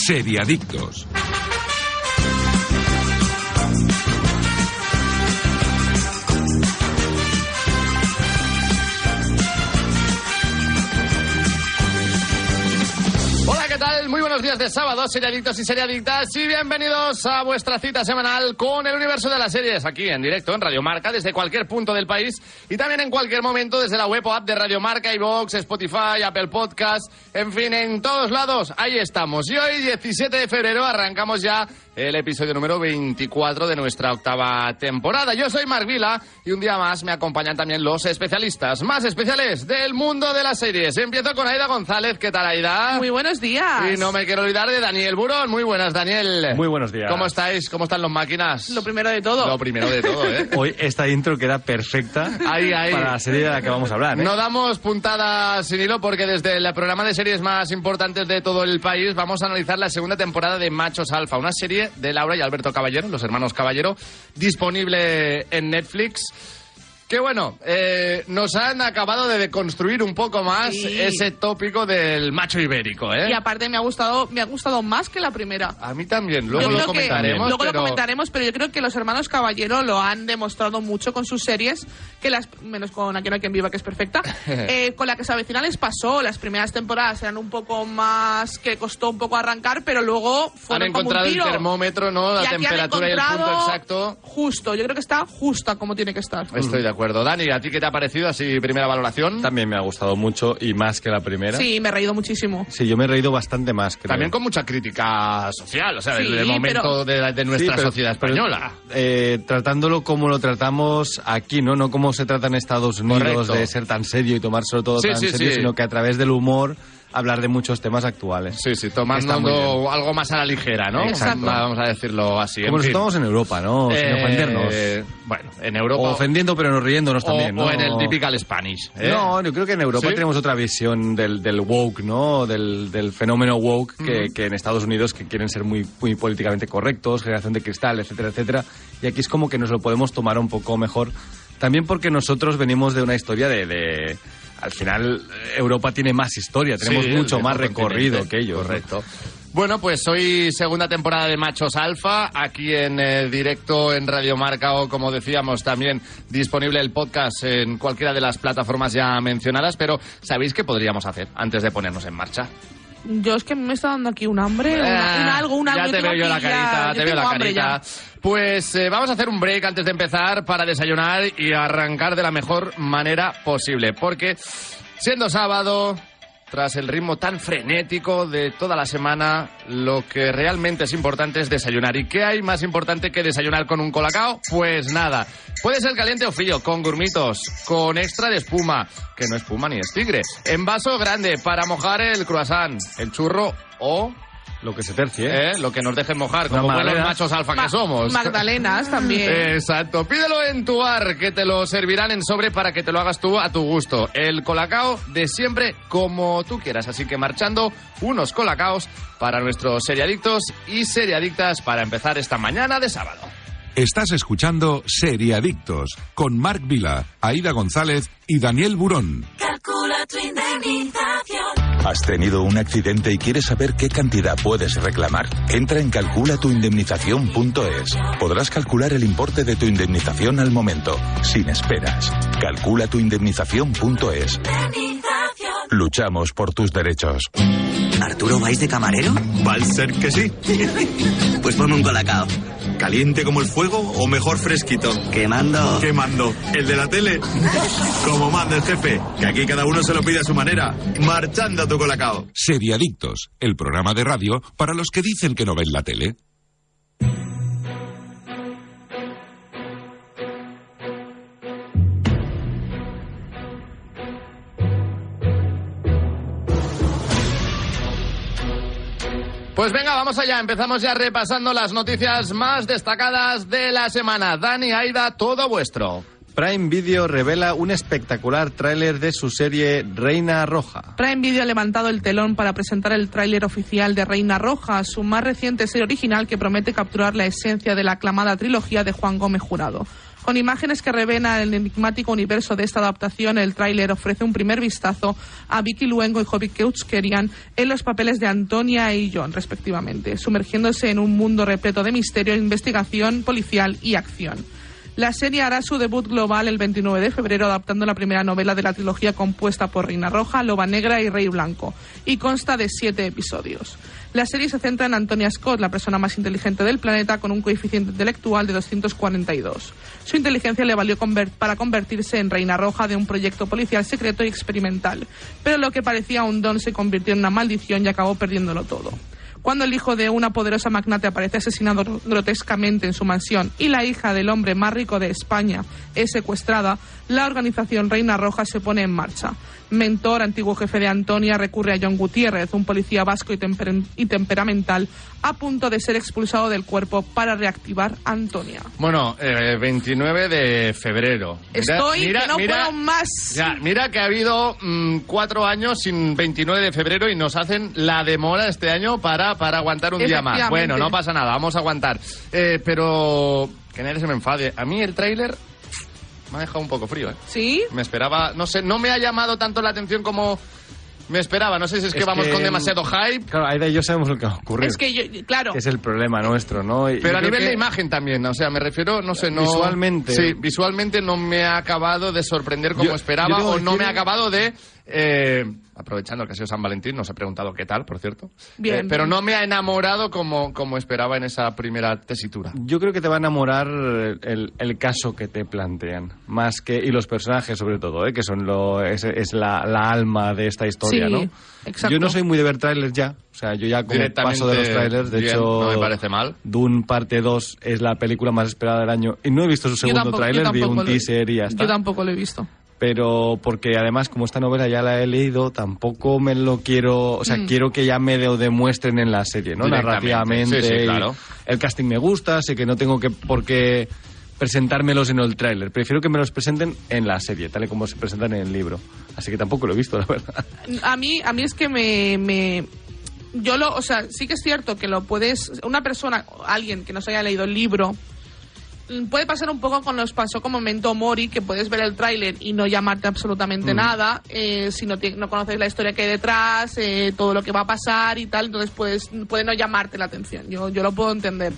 Seriadictos. Muy buenos días de sábado, seriadictos y seriadictas, y bienvenidos a vuestra cita semanal con el universo de las series, aquí en directo en Radio Marca, desde cualquier punto del país y también en cualquier momento desde la web o app de Radio Marca, iVoox, Spotify, Apple Podcast, en fin, en todos lados, ahí estamos. Y hoy, 17 de febrero, arrancamos ya el episodio número 24 de nuestra octava temporada. Yo soy Marc Vila y un día más me acompañan también los especialistas más especiales del mundo de las series. Empiezo con Aida González. ¿Qué tal, Aida? Muy buenos días. Y no me quiero olvidar de Daniel Burón. Muy buenas, Daniel. Muy buenos días. ¿Cómo estáis? ¿Cómo están los máquinas? Lo primero de todo. Lo primero de todo, ¿eh? Hoy esta intro queda perfecta ahí. Para la serie de la que vamos a hablar, ¿eh? No damos puntadas sin hilo porque desde el programa de series más importantes de todo el país vamos a analizar la segunda temporada de Machos Alfa, una serie de Laura y Alberto Caballero, los hermanos Caballero, disponible en Netflix. Que bueno, nos han acabado de deconstruir un poco más ese tópico del macho ibérico, ¿eh? Y aparte me ha gustado más que la primera. A mí también, luego lo comentaremos. Lo comentaremos, pero yo creo que los hermanos Caballero lo han demostrado mucho con sus series, menos con Aquí no hay quien viva, que es perfecta, con La que se avecina les pasó, las primeras temporadas eran un poco más, que costó un poco arrancar, pero luego fueron han encontrado como un tiro. El termómetro, ¿no? La temperatura y el punto exacto. Justo, yo creo que está justa como tiene que estar. Estoy de acuerdo. Dani, ¿a ti qué te ha parecido así primera valoración? También me ha gustado mucho y más que la primera. Sí, me he reído muchísimo. Sí, yo me he reído bastante más, creo. También con mucha crítica social, o sea, sí, del momento de nuestra sociedad española. Tratándolo como lo tratamos aquí, ¿no? No como se trata en Estados Unidos. Correcto. De ser tan serio y tomárselo todo tan serio, sino que a través del humor hablar de muchos temas actuales. Sí, tomando algo más a la ligera, ¿no? Exacto. Vamos a decirlo así. Como estamos en Europa, ¿no? Sin ofendernos. Bueno, en Europa. O ofendiendo, pero no riéndonos también, ¿no? O en el typical Spanish. No, yo creo que en Europa tenemos otra visión del woke, ¿no? Del fenómeno woke que en Estados Unidos, que quieren ser muy, muy políticamente correctos, generación de cristal, etcétera, etcétera. Y aquí es como que nos lo podemos tomar un poco mejor. También porque nosotros venimos de una historia de al final, Europa tiene más historia, tenemos mucho más recorrido que ellos. Correcto. Bueno, pues hoy segunda temporada de Machos Alfa, aquí en directo en Radio Marca o, como decíamos, también disponible el podcast en cualquiera de las plataformas ya mencionadas, pero ¿sabéis qué podríamos hacer antes de ponernos en marcha? Yo es que me está dando aquí un hambre, algo. Ya te veo yo la carita, te veo la carita. Pues vamos a hacer un break antes de empezar para desayunar y arrancar de la mejor manera posible. Porque siendo sábado, tras el ritmo tan frenético de toda la semana, lo que realmente es importante es desayunar. ¿Y qué hay más importante que desayunar con un colacao? Pues nada. Puede ser caliente o frío, con grumitos, con extra de espuma, que no es espuma ni es tigre, en vaso grande para mojar el croissant, el churro o lo que se tercie, lo que nos dejen mojar, como buenos machos alfa que somos. Magdalenas también. Exacto. Pídelo en tu bar, que te lo servirán en sobre para que te lo hagas tú a tu gusto. El colacao de siempre, como tú quieras. Así que marchando unos colacaos para nuestros seriadictos y seriadictas para empezar esta mañana de sábado. Estás escuchando Seriadictos con Marc Vila, Aida González y Daniel Burón. Calcula tu indemnización. ¿Has tenido un accidente y quieres saber qué cantidad puedes reclamar? Entra en calculatuindemnización.es. Podrás calcular el importe de tu indemnización al momento, sin esperas. Calculatuindemnización.es. Luchamos por tus derechos. ¿Arturo, vais de camarero? Va a ser que sí. Pues ponme un colacao. ¿Caliente como el fuego o mejor fresquito? Quemando. ¿Quemando? ¿El de la tele? Como manda el jefe, que aquí cada uno se lo pide a su manera. Marchando tu colacao. Seriadictos, el programa de radio para los que dicen que no ven la tele. Pues venga, vamos allá. Empezamos ya repasando las noticias más destacadas de la semana. Dani, Aida, todo vuestro. Prime Video revela un espectacular tráiler de su serie Reina Roja. Prime Video ha levantado el telón para presentar el tráiler oficial de Reina Roja, su más reciente serie original que promete capturar la esencia de la aclamada trilogía de Juan Gómez Jurado. Con imágenes que revelan el enigmático universo de esta adaptación, el tráiler ofrece un primer vistazo a Vicky Luengo y Jobbik Keuchkerian en los papeles de Antonia y John, respectivamente, sumergiéndose en un mundo repleto de misterio, investigación policial y acción. La serie hará su debut global el 29 de febrero, adaptando la primera novela de la trilogía compuesta por Reina Roja, Loba Negra y Rey Blanco, y consta de 7 episodios. La serie se centra en Antonia Scott, la persona más inteligente del planeta, con un coeficiente intelectual de 242. Su inteligencia le valió para convertirse en Reina Roja de un proyecto policial secreto y experimental, pero lo que parecía un don se convirtió en una maldición y acabó perdiéndolo todo. Cuando el hijo de una poderosa magnate aparece asesinado grotescamente en su mansión y la hija del hombre más rico de España es secuestrada, la organización Reina Roja se pone en marcha. Mentor, antiguo jefe de Antonia, recurre a John Gutiérrez, un policía vasco y temperamental, a punto de ser expulsado del cuerpo para reactivar Antonia. Bueno, 29 de febrero. Puedo más. Ya, mira que ha habido 4 años sin 29 de febrero y nos hacen la demora este año para aguantar un día más. Bueno, no pasa nada, vamos a aguantar. Pero que nadie se me enfade. A mí el tráiler me ha dejado un poco frío, ¿eh? ¿Sí? Me esperaba, no sé, no me ha llamado tanto la atención como me esperaba. No sé si es que vamos con demasiado hype. Claro, Aida y yo sabemos lo que va a ocurrir. Es que claro. Es el problema nuestro, ¿no? Pero a nivel de imagen también, o sea, me refiero, no sé, no... Visualmente. Sí, visualmente no me ha acabado de sorprender como esperaba, o no me ha acabado de... aprovechando que ha sido San Valentín, nos he preguntado qué tal, por cierto. Bien. Pero no me ha enamorado como esperaba en esa primera tesitura. Yo creo que te va a enamorar el caso que te plantean, más que... Y los personajes, sobre todo, que son es la alma de esta historia, sí, ¿no? Exacto. Yo no soy muy de ver trailers ya. O sea, yo ya como paso de los trailers. De bien, hecho, no me parece mal. Dune parte 2 es la película más esperada del año. Y no he visto su segundo tráiler, vi un teaser y ya está. Yo tampoco lo he visto. Pero porque además, como esta novela ya la he leído, tampoco me lo quiero... O sea, quiero que ya me lo demuestren en la serie, ¿no? Narrativamente. Sí, claro. El casting me gusta, sé que no tengo por qué presentármelos en el tráiler. Prefiero que me los presenten en la serie, tal y como se presentan en el libro. Así que tampoco lo he visto, la verdad. A mí es que o sea, sí que es cierto que lo puedes... Una persona, alguien que no se haya leído el libro... Puede pasar un poco con nos pasó con Memento Mori, que puedes ver el tráiler y no llamarte absolutamente nada, si no conoces la historia que hay detrás, todo lo que va a pasar y tal, entonces puede no llamarte la atención. Yo lo puedo entender.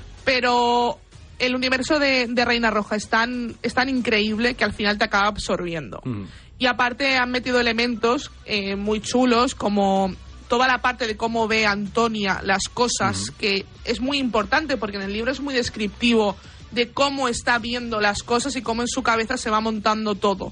Pero el universo de Reina Roja es tan increíble que al final te acaba absorbiendo. Y aparte han metido elementos muy chulos, como toda la parte de cómo ve Antonia las cosas, que es muy importante porque en el libro es muy descriptivo de cómo está viendo las cosas y cómo en su cabeza se va montando todo.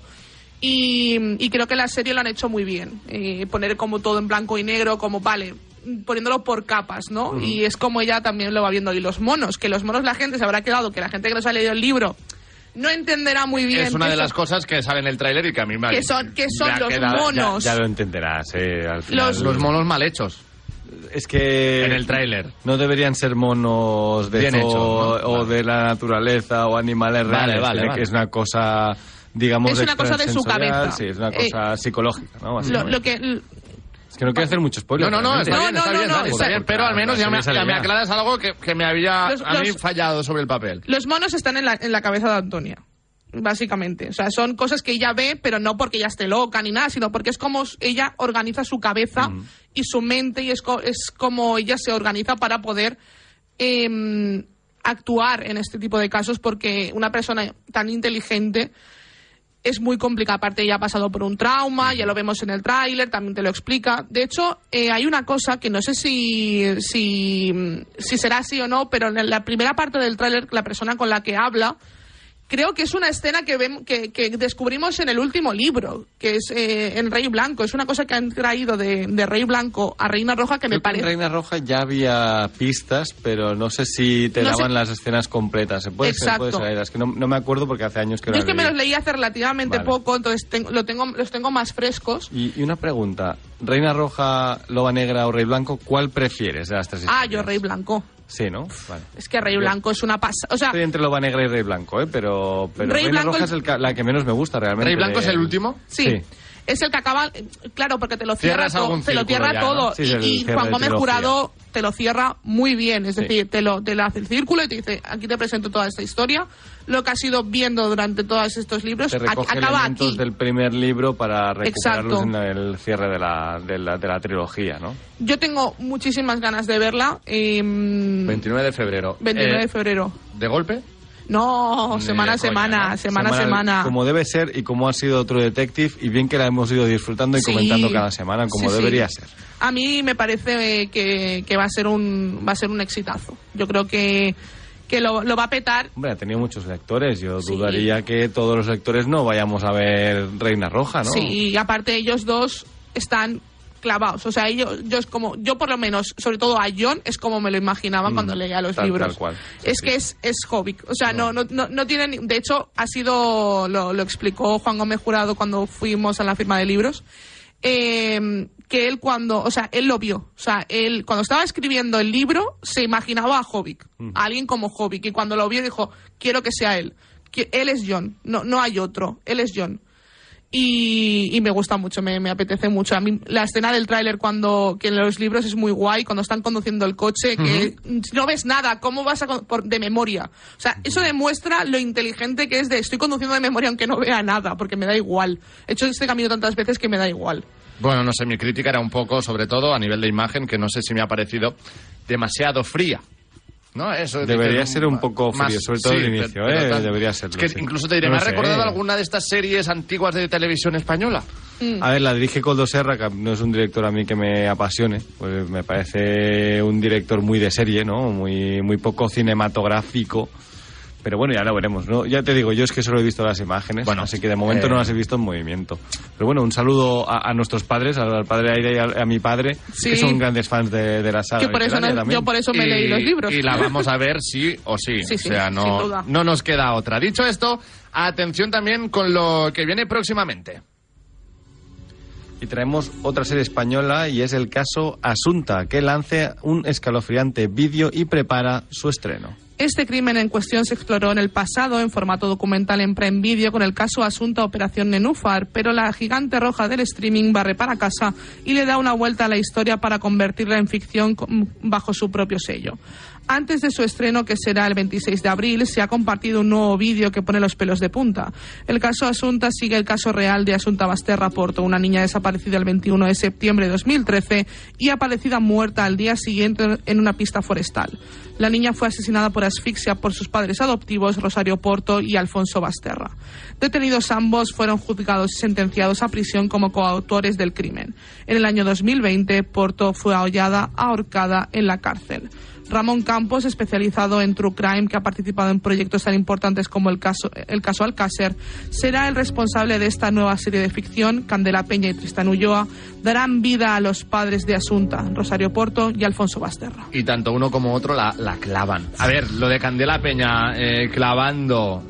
Y creo que la serie lo han hecho muy bien. Poner como todo en blanco y negro, como poniéndolo por capas, ¿no? Y es como ella también lo va viendo. Y los monos, la gente se habrá quedado, que la gente que no se ha leído el libro no entenderá muy bien. Es una de las cosas que sale en el tráiler y que a mí me ha... Que son los monos. Ya lo entenderás, al final. Los monos mal hechos. Es que... En el tráiler. No deberían ser monos de bien hechos, ¿no? O de la naturaleza o animales reales. Vale. Que es una cosa, digamos... Es una cosa de su cabeza. Sí, es una cosa psicológica, ¿no? Es que no quiero hacer mucho spoiler. No, está bien, pero al menos ya me aclaras algo que me había a mí fallado sobre el papel. Los monos están en la cabeza de Antonia, básicamente. O sea, son cosas que ella ve, pero no porque ella esté loca ni nada, sino porque es como ella organiza su cabeza y su mente, y es como ella se organiza para poder actuar en este tipo de casos, porque una persona tan inteligente es muy complicado. Aparte, ella ha pasado por un trauma, ya lo vemos en el tráiler, también te lo explica. De hecho, hay una cosa que no sé si será así o no, pero en la primera parte del tráiler, la persona con la que habla, creo que es una escena que descubrimos en el último libro, que es en Rey Blanco. Es una cosa que han traído de Rey Blanco a Reina Roja que me parece... En Reina Roja ya había pistas, pero no sé si te daban las escenas completas. Puede ser, es que no me acuerdo porque hace años que Yo es que me los leí hace relativamente poco, entonces los tengo más frescos. Y una pregunta, ¿Reina Roja, Loba Negra o Rey Blanco, cuál prefieres de las tres historias? Yo Rey Blanco. Sí, ¿no? Vale. Es que Rey Blanco es una pasada. O sea, estoy entre Loba Negra y Rey Blanco, pero Reina Roja es la que menos me gusta realmente. ¿Rey Blanco es el último? Sí. es el que acaba, claro, porque te lo cierra Cierras algún todo, te lo círculo cierra ya, todo, ¿no? Sí, es el y cierre Juan de Gómez trilogía. Jurado te lo cierra muy bien, es decir, te lo hace el círculo y te dice, aquí te presento toda esta historia, lo que has ido viendo durante todos estos libros, Te recoge acaba elementos aquí. del primer libro para recuperarlos Exacto. en el cierre de la trilogía, ¿no? Yo tengo muchísimas ganas de verla. 29 de febrero. 29 de febrero. ¿De golpe? No, Ni semana a de coña, semana, ¿no? semana a semana. Como debe ser y como ha sido True Detective, y bien que la hemos ido disfrutando y Sí. comentando cada semana, como Sí, sí. debería ser. A mí me parece que va a ser un exitazo. Yo creo que lo va a petar. Hombre, ha tenido muchos lectores. Yo Sí. dudaría que todos los lectores no vayamos a ver Reina Roja, ¿no? Sí, y aparte ellos dos están clavados. O sea, yo por lo menos, sobre todo a John, es como me lo imaginaba cuando leía los libros. Tal cual. Es que es Hobbit. O sea, no tienen. De hecho, lo explicó Juan Gómez Jurado cuando fuimos a la firma de libros. Que él él lo vio. O sea, él cuando estaba escribiendo el libro se imaginaba a Hobbit, a alguien como Hobbit, y cuando lo vio dijo, quiero que sea él. Que él es John, no hay otro, él es John. Y me gusta mucho, me apetece mucho. A mí la escena del tráiler que en los libros es muy guay, cuando están conduciendo el coche, que no ves nada, ¿cómo vas de memoria? O sea, eso demuestra lo inteligente que es de estoy conduciendo de memoria aunque no vea nada, porque me da igual. He hecho este camino tantas veces que me da igual. Bueno, no sé, mi crítica era un poco, sobre todo a nivel de imagen, que no sé si me ha parecido demasiado fría. ¿No? Eso Debería ser un poco frío, sobre todo al inicio, debería serlo. Es que sí. incluso te diré, No me ha sé, recordado alguna de estas series antiguas de televisión española. A ver, la dirige Koldo Serra, que no es un director a mí que me apasione, pues me parece un director muy de serie, ¿no? Muy poco cinematográfico. Pero bueno, ya lo veremos, ¿no? Ya te digo, yo es que solo he visto las imágenes, Bueno, así que de momento no las he visto en movimiento. Pero bueno, un saludo a nuestros padres, al padre Aire y a mi padre, Sí. que son grandes fans de la saga. Que por eso literaria también. yo por eso me leí los libros. Y la vamos a ver sí o sí. Sí, sí, o sea, sin no, duda. no nos queda otra. Dicho esto, atención también con lo que viene próximamente. Y traemos otra serie española y es el caso Asunta, que lanza un escalofriante vídeo y prepara su estreno. Este crimen en cuestión se exploró en el pasado en formato documental en Prime Video con el caso Asunta Operación Nenúfar, pero la gigante roja del streaming barre para casa y le da una vuelta a la historia para convertirla en ficción bajo su propio sello. Antes de su estreno, que será el 26 de abril, se ha compartido un nuevo vídeo que pone los pelos de punta. El caso Asunta sigue el caso real de Asunta Basterra Porto, una niña desaparecida el 21 de septiembre de 2013 y aparecida muerta al día siguiente en una pista forestal. La niña fue asesinada por asfixia por sus padres adoptivos, Rosario Porto y Alfonso Basterra. Detenidos ambos, fueron juzgados y sentenciados a prisión como coautores del crimen. En el año 2020, Porto fue ahorcada en la cárcel. Ramón Campos, especializado en True Crime, que ha participado en proyectos tan importantes como el caso Alcácer, será el responsable de esta nueva serie de ficción. Candela Peña y Tristán Ulloa darán vida a los padres de Asunta, Rosario Porto y Alfonso Basterra. Y tanto uno como otro la clavan. A ver, lo de Candela Peña clavando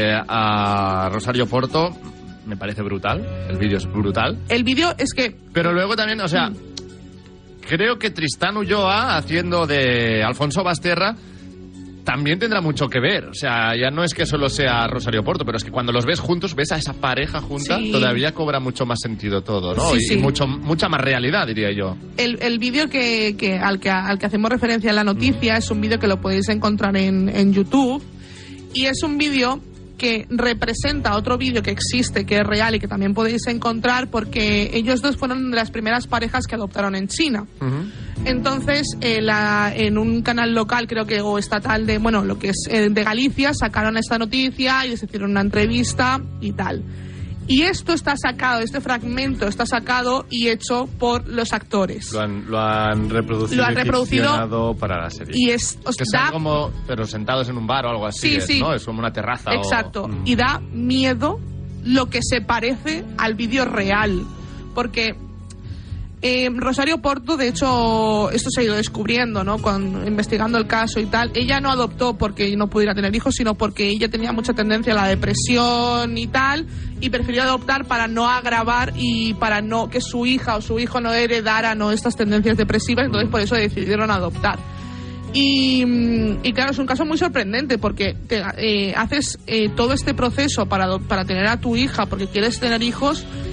a Rosario Porto me parece brutal. El vídeo es brutal. El vídeo es que... Pero luego también, o sea, creo que Tristán Ulloa haciendo de Alfonso Basterra también tendrá mucho que ver. O sea, ya no es que solo sea Rosario Porto, pero es que cuando los ves juntos, ves a esa pareja junta, Sí. todavía cobra mucho más sentido todo, ¿no? Sí, y sí. mucha más realidad, diría yo. El vídeo al que hacemos referencia en la noticia es un vídeo que lo podéis encontrar en YouTube y es un vídeo que representa otro vídeo que existe, que es real y que también podéis encontrar porque ellos dos fueron de las primeras parejas que adoptaron en China. Entonces, en un canal local, creo que, o estatal de, bueno, lo que es de Galicia, sacaron esta noticia y les hicieron una entrevista y tal. Y esto está sacado, este fragmento está sacado y hecho por los actores. Lo han reproducido. Lo han reproducido y ficcionado para la serie. Y Que están como, pero sentados en un bar o algo así, Sí, es, sí. ¿no? Es como una terraza. Exacto. Y da miedo lo que se parece al vídeo real. Porque Rosario Porto, de hecho, esto se ha ido descubriendo, ¿no? Investigando el caso y tal. Ella no adoptó porque no pudiera tener hijos, sino porque ella tenía mucha tendencia a la depresión y tal, y prefirió adoptar para no agravar y para no que su hija o su hijo no heredara, ¿no?, estas tendencias depresivas. Entonces, por eso decidieron adoptar. Y claro, es un caso muy sorprendente porque haces todo este proceso para tener a tu hija porque quieres tener hijos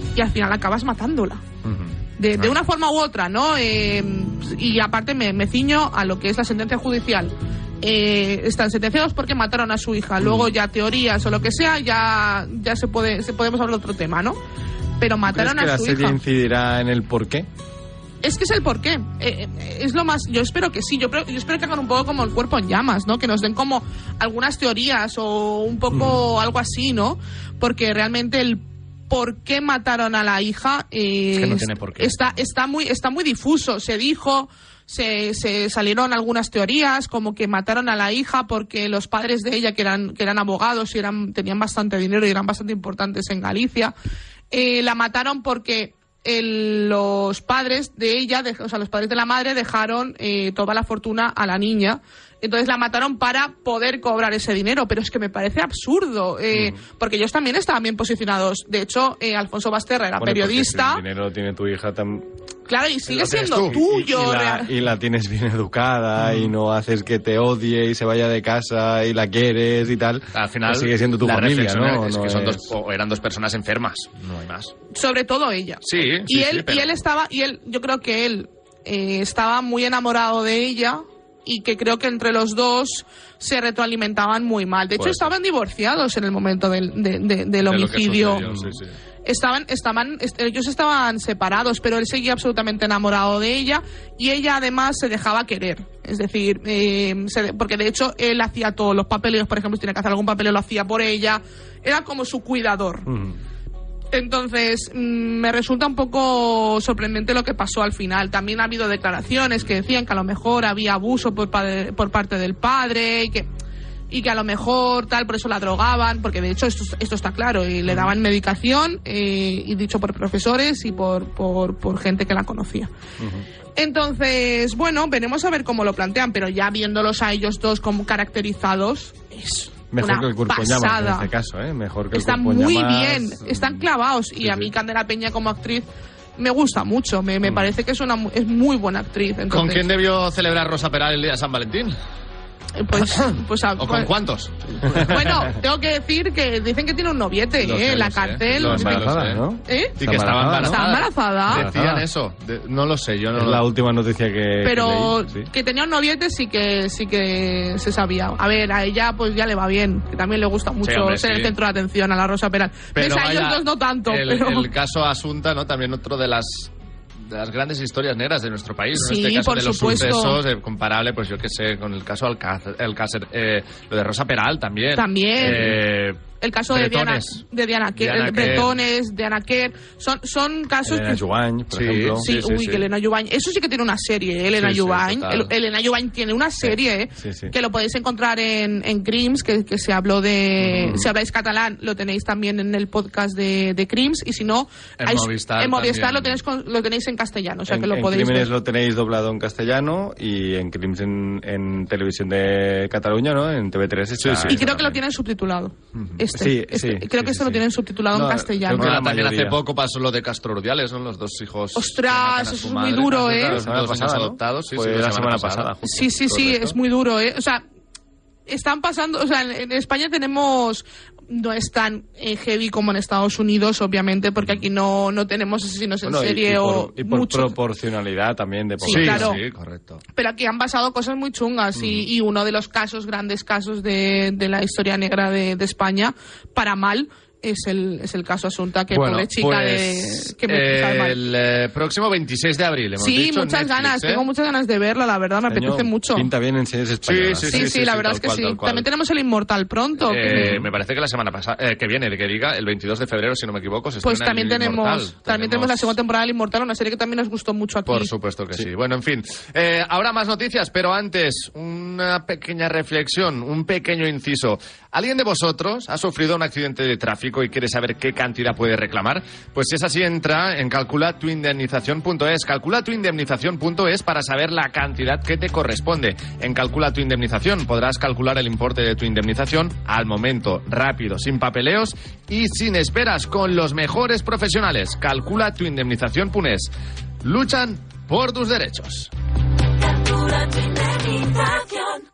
y al final acabas matándola. De una forma u otra, ¿no? Y aparte me ciño a lo que es la sentencia judicial. Están sentenciados porque mataron a su hija. Luego ya teorías o lo que sea, ya podemos hablar de otro tema, ¿no? Pero mataron a su hija. ¿Crees que la serie incidirá en el porqué? Es que es el porqué. Es lo más. Yo espero que sí. Yo espero que hagan un poco como El cuerpo en llamas, ¿no? Que nos den como algunas teorías o un poco algo así, ¿no? Porque realmente el por qué mataron a la hija es que no tiene por qué. Está muy difuso. Se dijo, se salieron algunas teorías como que mataron a la hija porque los padres de ella que eran abogados y tenían bastante dinero y eran bastante importantes en Galicia, la mataron porque los padres de ella, o sea, los padres de la madre dejaron toda la fortuna a la niña. Entonces la mataron para poder cobrar ese dinero, pero es que me parece absurdo, porque ellos también estaban bien posicionados. De hecho, Alfonso Basterra era periodista. Si el dinero tiene tu hija claro, y sigue siendo tuyo. Y la tienes bien educada y no haces que te odie y se vaya de casa y la quieres y tal. Al final pues sigue siendo tu familia, ¿no? Es que eran dos personas enfermas, no hay más. Sobre todo ella. Sí, y pero... yo creo que él estaba muy enamorado de ella. Y que creo que entre los dos se retroalimentaban muy mal. De hecho, estaban divorciados en el momento del homicidio. Ellos estaban separados, pero él seguía absolutamente enamorado de ella y ella además se dejaba querer. Es decir, porque de hecho él hacía todos los papeleos, por ejemplo, si tenía que hacer algún papeleo lo hacía por ella. Era como su cuidador. Entonces, me resulta un poco sorprendente lo que pasó al final. También ha habido declaraciones que decían que a lo mejor había abuso por parte del padre y que a lo mejor tal, por eso la drogaban, porque de hecho esto está claro, y le daban medicación, y dicho por profesores y por gente que la conocía. Entonces, bueno, veremos a ver cómo lo plantean, pero ya viéndolos a ellos dos como caracterizados, es... Mejor que El cuerpo en llamas en este caso, ¿eh? Mejor que Están El cuerpo en muy llamas, bien, están clavados. Y a mí Candela Peña como actriz me gusta mucho. Me parece que es muy buena actriz. Entonces, ¿Con quién debió celebrar Rosa Peral el día de San Valentín? ¿O con cuántos? Bueno, tengo que decir que dicen que tiene un noviete en la cárcel. Está embarazada, ¿no? Sí, que estaba embarazada. ¿Está embarazada? Decían eso. No lo sé, yo no. Es la última noticia que Pero leí, sí. Que tenía un noviete sí que se sabía. A ver, a ella pues ya le va bien. Que también le gusta mucho ser el centro de atención a la Rosa Peral. Pero a ellos dos no tanto. El caso Asunta, ¿no? También otro de las grandes historias negras de nuestro país, sí, en este caso por de los supuesto. sucesos, comparable, pues yo qué sé, con el caso Alcácer, lo de Rosa Peral también. El caso Bretones. de Diana Kerr, Bretones, de Ana Kerr, son casos Elena Jubañ, por ejemplo. Sí, que Elena Jubañ, eso sí que tiene una serie, Elena Jubañ. Elena Jubañ tiene una serie que lo podéis encontrar en Crims, que se habló de... Si habláis catalán, lo tenéis también en el podcast de Crims, y si no, en Movistar lo tenéis en castellano, o sea que lo podéis Crímenes ver. lo tenéis doblado en castellano y en Crims en Televisión de Cataluña, ¿no? En TV3 está. Y creo que lo tienen subtitulado. Creo que lo tienen subtitulado en castellano. También hace poco pasó lo de Castro Urdiales, ¿no? Los dos hijos. ¡Ostras! Eso es muy duro, ¿eh? Los niños adoptados, la semana pasada. Sí, es muy duro, ¿eh? O sea, están pasando, o sea, en España tenemos, no es tan heavy como en Estados Unidos, obviamente, porque aquí no tenemos asesinos en serie y por proporcionalidad también de población. Claro. Sí, correcto. Pero aquí han pasado cosas muy chungas y uno de los grandes casos de la historia negra de España, para mal, es el caso Asunta, que pobre chica pues, que me cae mal. El próximo 26 de abril, hemos dicho, muchas Netflix, ganas, tengo muchas ganas de verla, la verdad, me apetece mucho. Pinta bien en series españolas. Sí, la verdad es que sí. También tenemos El Inmortal pronto. Me parece que la semana pasada, que viene, el 22 de febrero, si no me equivoco, se pues estrena también tenemos la segunda temporada del Inmortal, una serie que también nos gustó mucho aquí. Por supuesto que sí. Bueno, en fin, habrá más noticias, pero antes, una pequeña reflexión, un pequeño inciso. ¿Alguien de vosotros ha sufrido un accidente de tráfico y quiere saber qué cantidad puede reclamar? Pues si es así, entra en calculatuindemnización.es. Calculatuindemnización.es para saber la cantidad que te corresponde. En Calcula tu Indemnización podrás calcular el importe de tu indemnización al momento, rápido, sin papeleos y sin esperas, con los mejores profesionales. Calculatuindemnización.es. Luchan por tus derechos. Calcula tu indemnización.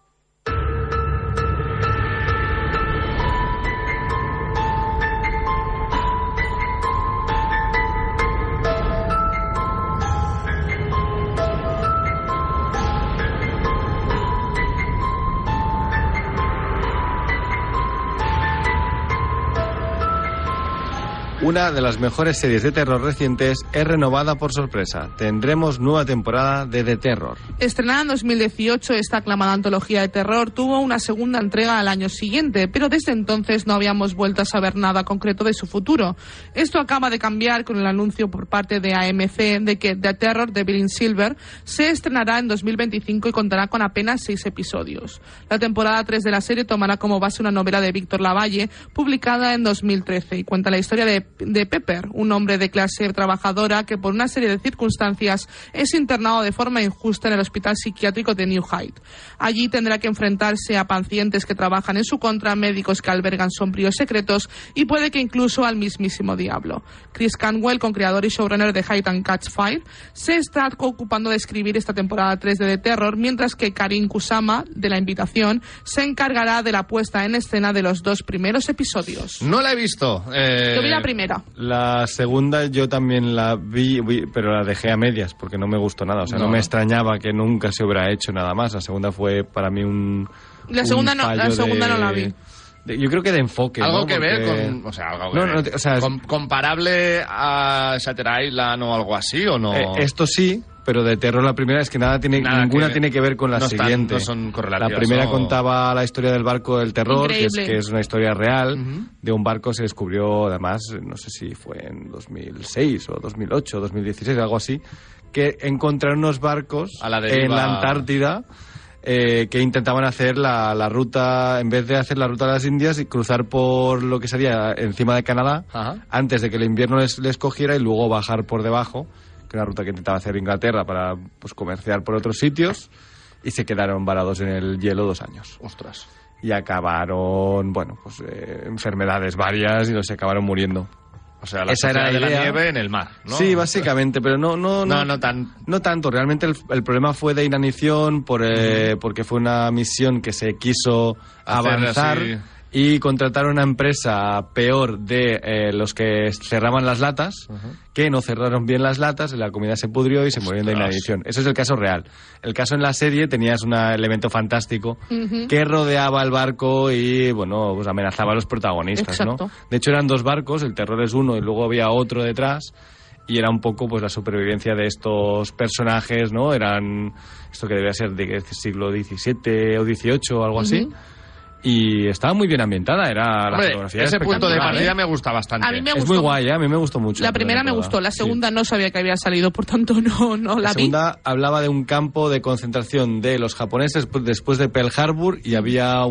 Una de las mejores series de terror recientes es renovada por sorpresa. Tendremos nueva temporada de The Terror. Estrenada en 2018, esta aclamada antología de terror tuvo una segunda entrega al año siguiente, pero desde entonces no habíamos vuelto a saber nada concreto de su futuro. Esto acaba de cambiar con el anuncio por parte de AMC de que The Terror de Billy Silver se estrenará en 2025 y contará con apenas 6 episodios. La temporada 3 de la serie tomará como base una novela de Víctor Lavalle, publicada en 2013, y cuenta la historia de Pepper, un hombre de clase trabajadora que por una serie de circunstancias es internado de forma injusta en el hospital psiquiátrico de New Hyde. Allí tendrá que enfrentarse a pacientes que trabajan en su contra, médicos que albergan sombríos secretos y puede que incluso al mismísimo diablo. Chris Canwell, co-creador y showrunner de Hyde and Catch Fire, se está ocupando de escribir esta temporada 3 de The Terror, mientras que Karin Kusama, de La Invitación, se encargará de la puesta en escena de los 2 primeros episodios. No la he visto. Yo vi la primera. La segunda yo también la vi, pero la dejé a medias porque no me gustó nada. O sea, no me extrañaba que nunca se hubiera hecho nada más. La segunda fue para mí La segunda no la vi. Yo creo que de enfoque. Algo ¿no? que Porque... ver con... O sea, algo que ver. o sea, ¿Comparable a Shutter Island o algo así o no? Esto sí, pero de terror la primera es que ninguna tiene que ver con la siguiente. No son correlativas. La primera contaba la historia del barco del terror, que es una historia real. Uh-huh. De un barco se descubrió, además, no sé si fue en 2006 o 2008 o 2016, algo así, que encontraron unos barcos en la Antártida que intentaban hacer la ruta, en vez de hacer la ruta a las Indias y cruzar por lo que sería encima de Canadá, antes de que el invierno les cogiera, y luego bajar por debajo, que era una ruta que intentaba hacer Inglaterra para comerciar por otros sitios, y se quedaron varados en el hielo 2 años. Ostras. Y acabaron, enfermedades varias, y los acabaron muriendo. O sea, la esa era de la idea. La nieve en el mar, ¿no? Sí, básicamente, pero no tanto. Realmente el problema fue de inanición porque fue una misión que se quiso avanzar así. Y contrataron una empresa peor de los que cerraban las latas, que no cerraron bien las latas, la comida se pudrió y se murieron de inanición. Eso es el caso real. El caso en la serie tenías un elemento fantástico que rodeaba el barco y amenazaba a los protagonistas. Exacto. ¿no? De hecho eran 2 barcos, el terror es uno y luego había otro detrás, y era un poco la supervivencia de estos personajes, ¿no? Eran esto que debía ser de siglo XVII o XVIII o algo así. Y estaba muy bien ambientada, la fotografía. Ese punto de partida me gusta bastante. A mí me gustó. Es muy guay, a mí me gustó mucho. La primera me gustó, la segunda no sabía que había salido, por tanto no la vi. La segunda hablaba de un campo de concentración de los japoneses después de Pearl Harbor, y había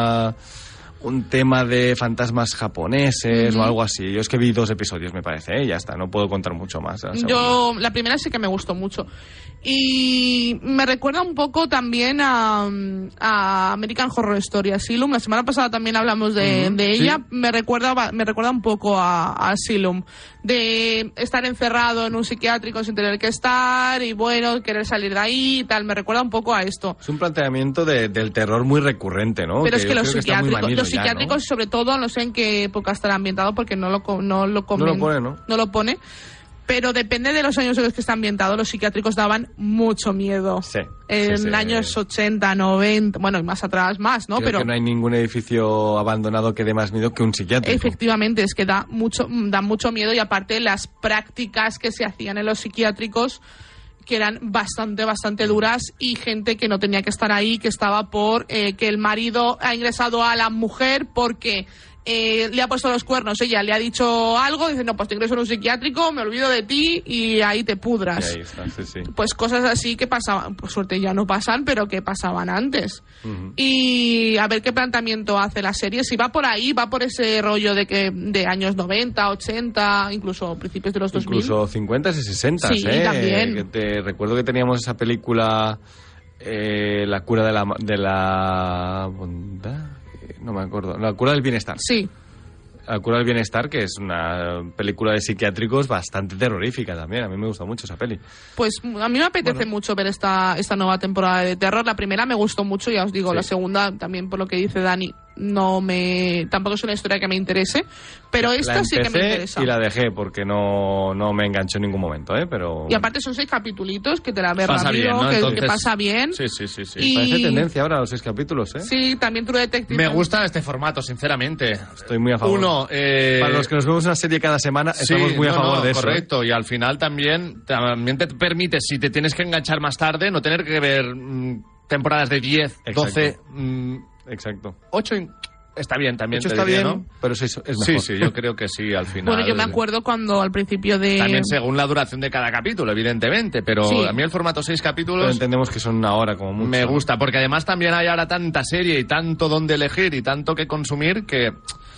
un tema de fantasmas japoneses o algo así. Yo es que vi 2 episodios, me parece, ya está, no puedo contar mucho más. La primera sí que me gustó mucho. Y me recuerda un poco también a American Horror Story Asylum. La semana pasada también hablamos de ella. ¿Sí? Me recuerda un poco a Asylum, de estar encerrado en un psiquiátrico sin tener que estar y querer salir de ahí y tal. Me recuerda un poco a esto. Es un planteamiento del terror muy recurrente, ¿no? Pero es que los psiquiátricos, sobre todo, no sé en qué época estará ambientado porque no lo pone. Pero depende de los años en los que está ambientado, los psiquiátricos daban mucho miedo. Sí. En años 80, 90, y más atrás más, ¿no? Creo que no hay ningún edificio abandonado que dé más miedo que un psiquiátrico. Efectivamente, es que da mucho miedo, y aparte las prácticas que se hacían en los psiquiátricos, que eran bastante duras, y gente que no tenía que estar ahí, que estaba por que el marido ha ingresado a la mujer porque le ha puesto los cuernos, ella le ha dicho algo, dice, no, pues te ingreso en un psiquiátrico, me olvido de ti y ahí te pudras. Y ahí está, sí. Pues cosas así que pasaban, por suerte ya no pasan, pero que pasaban antes. Y a ver qué planteamiento hace la serie, si va por ahí, va por ese rollo de años 90, 80, incluso principios de los 2000. Incluso 50 y 60, sí, también. Recuerdo que teníamos esa película, La cura de la bondad. No me acuerdo. La cura del bienestar. Sí. La cura del bienestar, que es una película de psiquiátricos bastante terrorífica también. A mí me gusta mucho esa peli. Pues a mí me apetece mucho ver esta nueva temporada de terror. La primera me gustó mucho, ya os digo. Sí. La segunda, también por lo que dice Dani, tampoco es una historia que me interese, pero esta sí que me interesa. Y la dejé porque no me enganchó en ningún momento, pero... Y aparte son 6 capitulitos que te la ves pasa rápido, bien, ¿no? que Entonces, pasa bien. Sí. Y... Parece tendencia ahora los 6 capítulos, Sí, también True Detective. Me gusta este formato, sinceramente. Estoy muy a favor. Uno, para los que nos vemos una serie cada semana, estamos muy a favor de eso. Correcto, y al final también te permite, si te tienes que enganchar más tarde, no tener que ver temporadas de 10, 12... Exacto. 8 está bien también. 8 está bien, ¿no? Pero 6 es mejor. Sí, yo creo que sí, al final. Bueno, yo me acuerdo cuando al principio de... También según la duración de cada capítulo, evidentemente, pero sí. A mí el formato 6 capítulos... Pero entendemos que son una hora como mucho. Me gusta, porque además también hay ahora tanta serie y tanto donde elegir y tanto que consumir que...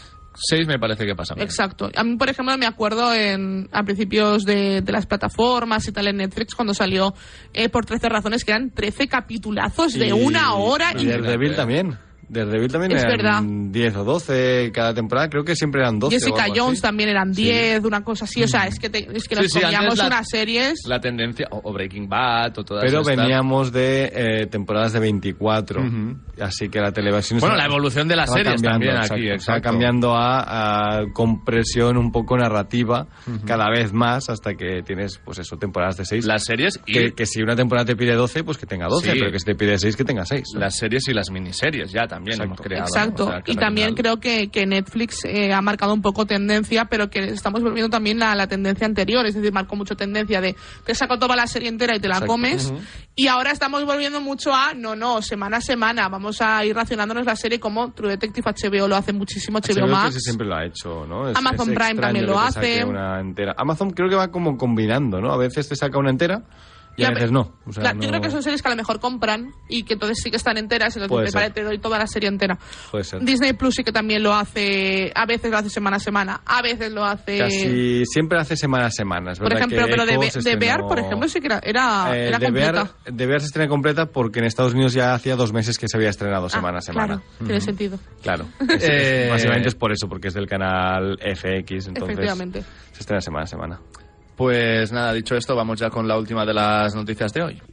6 me parece que pasa bien. Exacto. A mí, por ejemplo, me acuerdo a principios de las plataformas y tal en Netflix cuando salió por 13 razones, que eran 13 capitulazos de una hora. Y Daredevil también. Daredevil también es eran verdad. 10 o 12 cada temporada, creo que siempre eran 12. Jessica Jones así. También eran 10, una cosa así. O sea, es que nos comíamos unas series. La tendencia, o Breaking Bad, o todas Pero estas. Veníamos de temporadas de 24. Así que la televisión... Bueno, la evolución de las series también aquí, exacto. Está cambiando a compresión un poco narrativa cada vez más hasta que tienes, pues eso, temporadas de 6. Las series y... Que si una temporada te pide 12, pues que tenga 12, pero que si te pide 6, que tenga 6. ¿no? Las series y las miniseries ya también hemos creado. Exacto. ¿no? O sea, y también creo que Netflix ha marcado un poco tendencia, pero que estamos volviendo también a la tendencia anterior. Es decir, marcó mucho tendencia de te saco toda la serie entera y te la comes. Y ahora estamos volviendo mucho a semana a semana. Vamos a ir racionándonos la serie como True Detective. HBO lo hace muchísimo, HBO Max. Siempre lo ha hecho, ¿no? Amazon Prime también lo hace. Una entera. Amazon creo que va como combinando, ¿no? A veces te saca una entera y a veces no. O sea, yo creo que son series que a lo mejor compran y que entonces sí que están enteras. Entonces te doy toda la serie entera. Puede ser. Disney Plus sí que también lo hace. A veces lo hace semana a semana. A veces lo hace... Casi siempre hace semana a semana. Es por ejemplo, pero de Bear, por ejemplo, sí que era completa. De Bear se estrena completa porque en Estados Unidos ya hacía 2 meses que se había estrenado semana a semana. Claro, tiene sentido. Claro. Básicamente es por eso, porque es del canal FX. Entonces efectivamente. Se estrena semana a semana. Pues nada, dicho esto, vamos ya con la última de las noticias de hoy.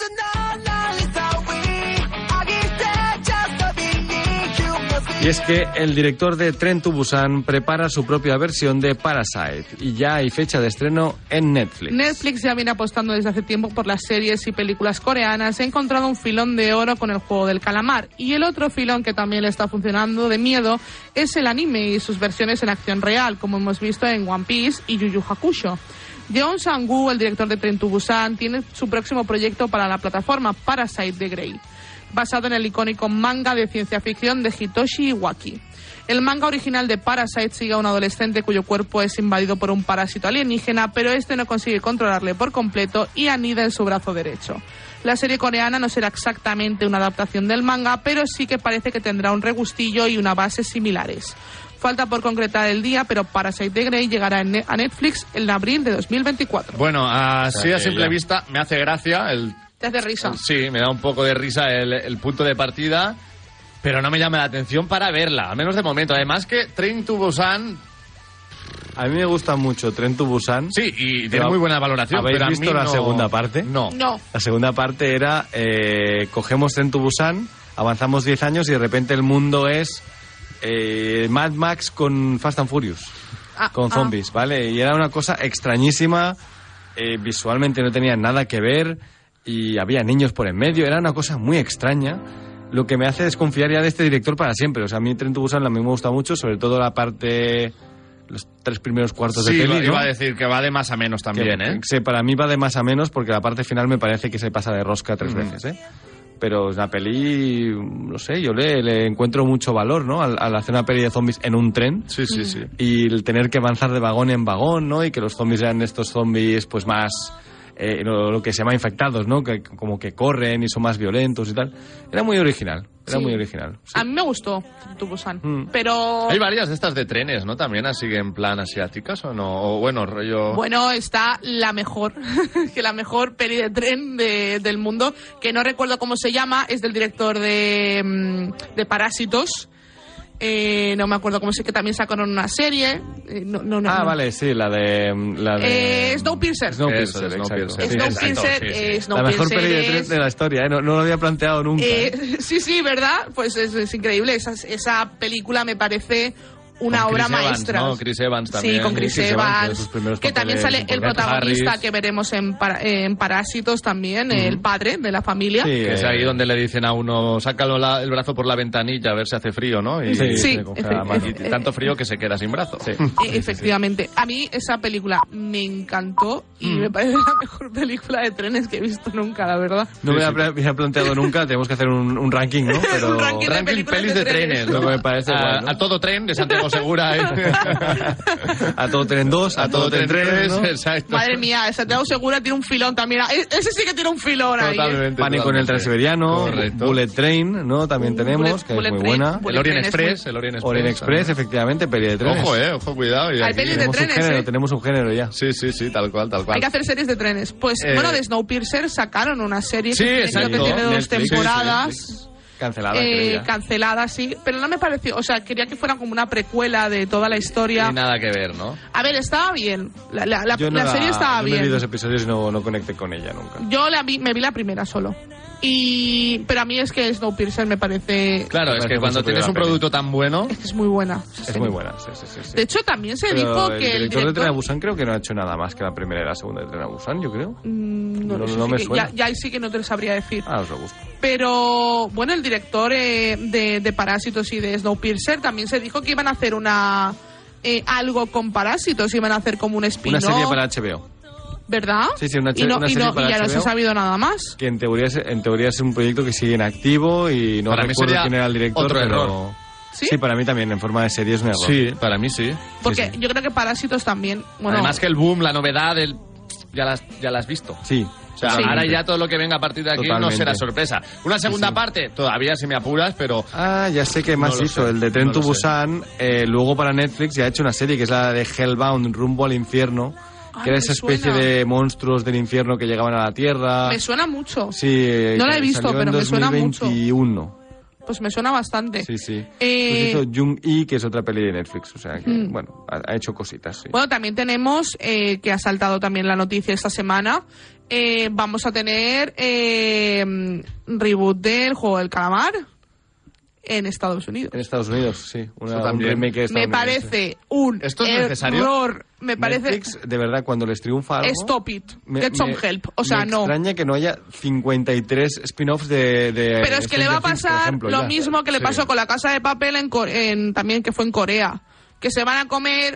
Y es que el director de Tren to Busan prepara su propia versión de Parasite y ya hay fecha de estreno en Netflix. Netflix ya viene apostando desde hace tiempo por las series y películas coreanas. Ha encontrado un filón de oro con el juego del calamar. Y el otro filón que también le está funcionando de miedo es el anime y sus versiones en acción real, como hemos visto en One Piece y Yu Yu Hakusho. Jeon Sang-woo, el director de Tren to Busan, tiene su próximo proyecto para la plataforma Parasite de Grey, basado en el icónico manga de ciencia ficción de Hitoshi Iwaki. El manga original de Parasite sigue a un adolescente cuyo cuerpo es invadido por un parásito alienígena, pero este no consigue controlarle por completo y anida en su brazo derecho. La serie coreana no será exactamente una adaptación del manga, pero sí que parece que tendrá un regustillo y una base similares. Falta por concretar el día, pero Parasite de Grey llegará a Netflix en abril de 2024. Bueno, así a simple vista me hace gracia el... ¿Te hace risa? Sí, me da un poco de risa el punto de partida, pero no me llama la atención para verla, al menos de momento. Además que Train to Busan... A mí me gusta mucho Tren to Busan. Sí, y tiene muy buena valoración. ¿Habéis pero visto la segunda parte? No. La segunda parte era, cogemos Tren to Busan, avanzamos 10 años y de repente el mundo es Mad Max con Fast and Furious, con zombies, ¿vale? Y era una cosa extrañísima, visualmente no tenía nada que ver y había niños por en medio, era una cosa muy extraña, lo que me hace desconfiar ya de este director para siempre. O sea, a mí Tren to Busan a mí me gusta mucho, sobre todo la parte... los 3 primeros cuartos de peli, ¿no? Iba a decir que va de más a menos también, Sí, para mí va de más a menos porque la parte final me parece que se pasa de rosca 3 veces, Pero es una peli, no sé, yo le encuentro mucho valor, ¿no? Al hacer una peli de zombies en un tren. Sí. Y el tener que avanzar de vagón en vagón, ¿no? Y que los zombies sean estos zombies, pues más... lo que se llama infectados, ¿no? Que como que corren y son más violentos y tal. Era muy original. Muy original. Sí. A mí me gustó Tu Busan, pero... Hay varias de estas de trenes, ¿no? También así en plan asiáticas, ¿o no? O bueno, rollo... Bueno, está la mejor, que la mejor peli de tren del mundo, que no recuerdo cómo se llama, es del director de Parásitos. no me acuerdo cómo sé, que también sacaron una serie. No. Vale, sí, la de Snowpiercer. Snowpiercer, Snowpiercer. Snowpiercer, La mejor peli de es- tren de la historia, ¿eh? No lo había planteado nunca. Sí, ¿verdad? Pues es increíble. Esa película me parece una Con obra Chris Evans, maestra. ¿no? Chris Evans también. Sí, con Chris Evans. de sus primeros Que también papeles sale el importantes. protagonista Harris. que veremos en Parásitos también, el padre de la familia. Sí, Que es ahí donde le dicen a uno, sácalo el brazo por la ventanilla a ver si hace frío, ¿no? Y, Sí, le coge la mano. y tanto frío que se queda sin brazo. Sí. Efectivamente. A mí esa película me encantó y me parece la mejor película de trenes que he visto nunca, la verdad. No me había planteado nunca, tenemos que hacer un ranking, ¿no? Pero... Un ranking. Ranking películas pelis de de trenes, trenes. ¿no? Lo que me parece guay, ¿no? A todo tren de Santiago Segura, ¿eh? A todo tren 2, a todo tren 3, ¿no? exacto. Madre mía, Santiago Segura tiene un filón también. Ese sí que tiene un filón ahí. Totalmente. Pánico en el Transiberiano, Correcto. Bullet Train, ¿no? También tenemos, que es muy buena. El Orient Express, el Orient Express. Orient Express, efectivamente, peli de trenes. Ojo, cuidado. Y Hay aquí pelis de Tenemos un trenes, género, tenemos un género ya. Sí, tal cual. Hay que hacer series de trenes. Pues, bueno, de Snowpiercer sacaron una serie Sí, que creo exacto. que tiene 2 Netflix, temporadas. Cancelada, creo ya. Cancelada, sí. Pero no me pareció... O sea, quería que fuera como una precuela de toda la historia. Y nada que ver, ¿no? A ver, estaba bien. La Yo no serie estaba yo me vi bien. 2 episodios y no conecté con ella nunca. Yo me vi la primera solo. Pero a mí es que Snowpiercer me parece... Claro, es parece que muy cuando superior tienes la un peli. producto tan bueno... Es que es muy buena. Es muy buena, sí. De hecho, también se Pero dijo el que el director de Tren a director... Busan creo que no ha hecho nada más que la primera y la segunda de Tren a Busan, yo creo. No lo sé, no sí me que suena. ya ahí sí que no te lo sabría decir. Os lo busco. Pero, bueno, el director de Parásitos y de Snowpiercer también se dijo que iban a hacer algo con Parásitos, iban a hacer como un Una spin-off, serie para HBO. ¿verdad? Sí, una y no, serie para y ya no se ha HBO. sabido nada más. Que en teoría es un proyecto que sigue en activo y no Para mí recuerdo sería quién era el director, otro pero... error. ¿Sí? Para mí también, en forma de serie es un error. Sí, para mí sí. Porque sí. yo creo que Parásitos también... Bueno, Además que el boom, la novedad, ya la has visto. Sí. O sea, Sí. ahora ya todo lo que venga a partir de aquí no Totalmente. será sorpresa. Una segunda parte, todavía si me apuras, pero... Ah, ya sé que más No lo hizo. sé, El de Tren no to lo sé. Busan, luego para Netflix ya ha hecho una serie que es la de Hellbound, Rumbo al Infierno, Ay, que era me esa especie suena. de monstruos del infierno que llegaban a la Tierra. me suena mucho. Sí, No la he que visto, salió en pero me suena mucho. 2021. Pues me suena bastante. Sí. Pues Eh, hizo Jung-E, que es otra peli de Netflix. O sea que, bueno, ha hecho cositas, sí. Bueno, también tenemos, que ha saltado también la noticia esta semana, vamos a tener reboot del Juego del Calamar en Estados Unidos. En Estados Unidos, sí. Un también. remake Me estadounidense. parece un ¿Esto es necesario? error. Me parece... Netflix, de verdad, cuando les triunfa algo... Stop it. Get some help. O sea, me no. extraña que no haya 53 spin-offs de Pero es que le va a Stranger Things, por pasar ejemplo, lo ya. mismo que le Sí. pasó con La Casa de Papel también que fue en Corea. Que se van a comer...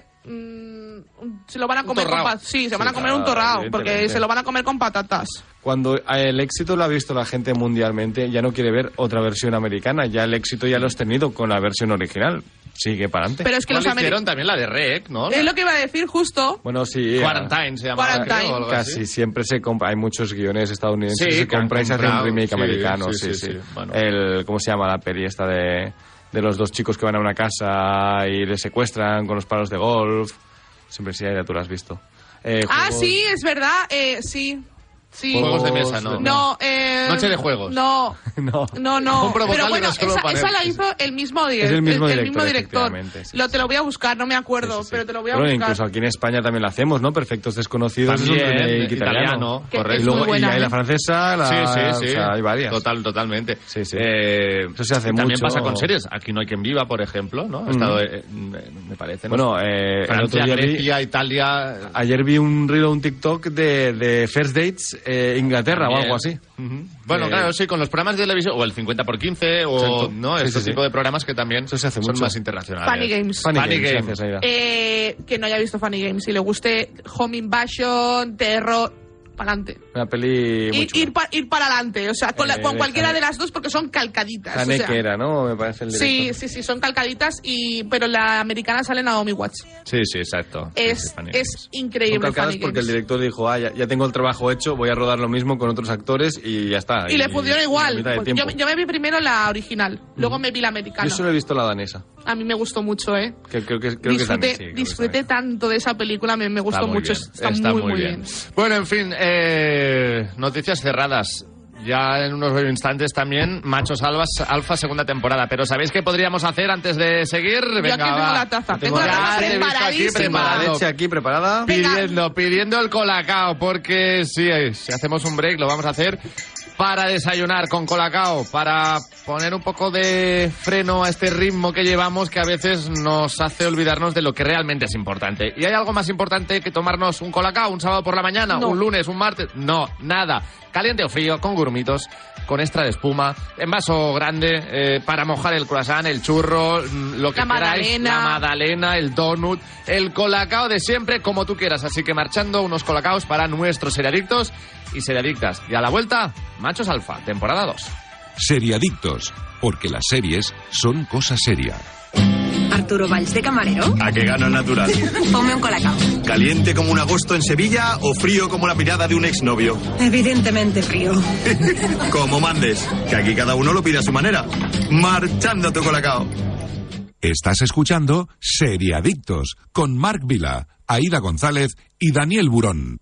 se lo van a Un comer torrao. se van a comer claro, un torrao, porque evidentemente. se lo van a comer con patatas. Cuando el éxito lo ha visto la gente mundialmente, ya no quiere ver otra versión americana. Ya el éxito ya lo has tenido con la versión original. Sigue para adelante. Pero es que ¿Cuál los hicieron americanos... también la de Rec, ¿no? Es lo que iba a decir justo. Bueno, sí. Quarantine se llama. Quarantine. creo, o algo así. Casi siempre se compra. Hay muchos guiones estadounidenses Sí, que se que han compra y se hace un comprado. remake Sí, americano. sí, Sí, sí, sí. sí. Bueno. ¿Cómo se llama la peli esta de los dos chicos que van a una casa y les secuestran con los palos de golf? Siempre sí, ya tú lo has visto. Juegos- Sí, es verdad. Sí. Juegos de mesa, ¿no? No, Noche de juegos. No. No. No. Compro Pero vocal y bueno, no solo esa panel. la hizo el mismo Es el mismo director, director. efectivamente, sí, Te lo voy a buscar, no me acuerdo, Sí, sí. pero te lo voy a Bueno, buscar. incluso aquí en España también lo hacemos, ¿no? Perfectos Desconocidos. También, es un remake italiano, Que correcto. es Y luego muy buena, y hay la ¿eh? francesa, la... Sí. O sea, hay varias. Totalmente. Sí. Eso se hace también mucho. pasa con series. Aquí no hay quien viva, por ejemplo, ¿no? Ha estado, me parece, ¿no? Bueno, el otro Francia, día Grecia, Italia... ayer vi un reel o un TikTok de First Dates Inglaterra o También. algo así. Ujú. Bueno, Eh, claro, sí, con los programas de televisión, o el 50x15, o Exacto. no, Sí, este sí, tipo sí. de programas que también Eso se hace son mucho. más internacionales. Funny Games. Funny Funny Games, Games. gracias, Aida. Que no haya visto Funny Games y le guste Home Invasion, terror, para adelante. Una peli muy chula. Ir para adelante, o sea, con de cualquiera Haneke. de las dos porque son calcaditas. o Haneke sea. era, ¿no? Me parece el director. Sí, son calcaditas, pero la americana sale Naomi Watts. Sí, exacto. Es Funny Games. Son increíble calcadas Funny porque el Games. director dijo, ya tengo el trabajo hecho, voy a rodar lo mismo con otros actores y ya está. Y le funciona a igual. mitad de Pues tiempo. yo me vi primero la original, luego me vi la americana. Yo solo he visto la danesa. A mí me gustó mucho, ¿eh? Que creo que es danesa, sí, creo que es Disfruté danesa. tanto de esa película, me gustó Está muy mucho. bien, Está muy bien. Bueno, en fin, noticias cerradas. ya en unos instantes también Machos Alfa segunda temporada. Pero ¿sabéis qué podríamos hacer antes de seguir? Yo aquí tengo la taza. Tengo la Ya taza te he visto aquí preparadísima. preparado. Leche aquí preparada. Pidiendo el colacao, porque si hacemos un break lo vamos a hacer para desayunar con colacao, para poner un poco de freno a este ritmo que llevamos, que a veces nos hace olvidarnos de lo que realmente es importante. ¿Y hay algo más importante que tomarnos un colacao un sábado por la mañana, No. un lunes, un martes? No, nada. Caliente o frío, con grumitos, con extra de espuma, en vaso grande, para mojar el croissant, el churro, lo que La queráis, magdalena. la magdalena, el donut, el colacao de siempre, como tú quieras. Así que marchando unos colacaos para nuestros seriadictos y seriadictas. Y a la vuelta, Machos Alfa, temporada 2. Seriadictos, porque las series son cosa seria. Arturo Valls de camarero. ¿A qué gano el natural? Ponme un colacao. ¿Caliente como un agosto en Sevilla o frío como la mirada de un exnovio? Evidentemente frío. Como mandes, que aquí cada uno lo pide a su manera. Marchando tu colacao. Estás escuchando Seriadictos con Marc Vila, Aída González y Daniel Burón.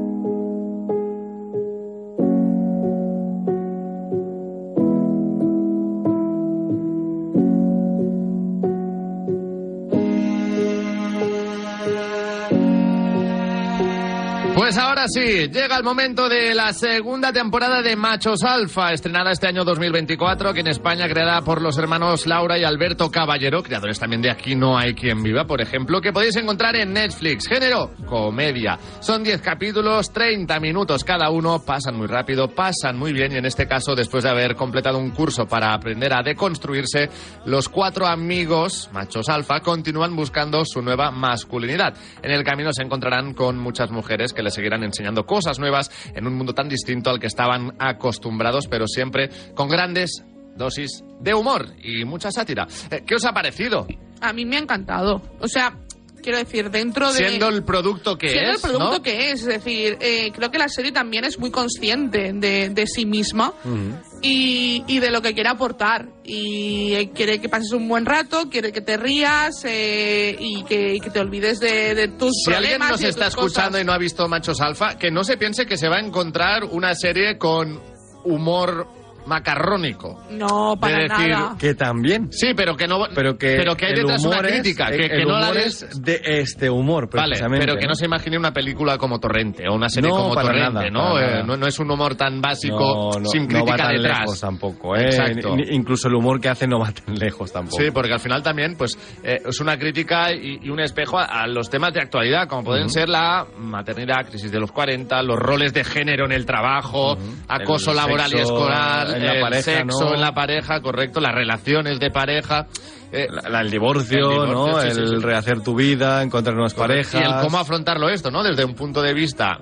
Pues ahora sí, llega el momento de la segunda temporada de Machos Alfa, estrenada este año 2024, aquí en España, creada por los hermanos Laura y Alberto Caballero, creadores también de Aquí no hay quien viva, por ejemplo, que podéis encontrar en Netflix. Género, comedia. Son 10 capítulos, 30 minutos cada uno, pasan muy rápido, pasan muy bien, y en este caso, después de haber completado un curso para aprender a deconstruirse, los 4 amigos, Machos Alfa, continúan buscando su nueva masculinidad. En el camino se encontrarán con muchas mujeres que les seguirán enseñando cosas nuevas en un mundo tan distinto al que estaban acostumbrados, pero siempre con grandes dosis de humor y mucha sátira. ¿Qué os ha parecido? A mí me ha encantado. O sea, quiero decir, dentro de... Siendo el producto que Siendo es, el producto ¿no? que es decir, creo que la serie también es muy consciente de sí misma y de lo que quiere aportar. Y quiere que pases un buen rato, quiere que te rías y que te olvides de tus Si problemas. alguien nos y de está tus escuchando cosas. y no ha visto Machos Alfa, que no se piense que se va a encontrar una serie con humor macarrónico. No, para de decir, nada. Que también. Sí, pero que no, Pero que hay el detrás una humor es- crítica, que el no la humor ves. es de este humor, Vale, precisamente. pero que no se imagine una película como Torrente o una serie No, como para Torrente, nada, ¿no? para nada. No es un humor tan básico, sin no va crítica tan detrás. lejos tampoco, ¿eh? Exacto. Incluso el humor que hace no va tan lejos tampoco. Sí, porque al final también pues es una crítica y un espejo a los temas de actualidad, como pueden ser la maternidad, crisis de los 40, los roles de género en el trabajo, acoso El laboral y sexo escolar, en la el pareja, sexo ¿no? en la pareja, correcto, las relaciones de pareja. El divorcio, ¿no? sí, El sí, sí. rehacer tu vida, encontrar nuevas parejas. Y el cómo afrontarlo esto, ¿no? Desde un punto de vista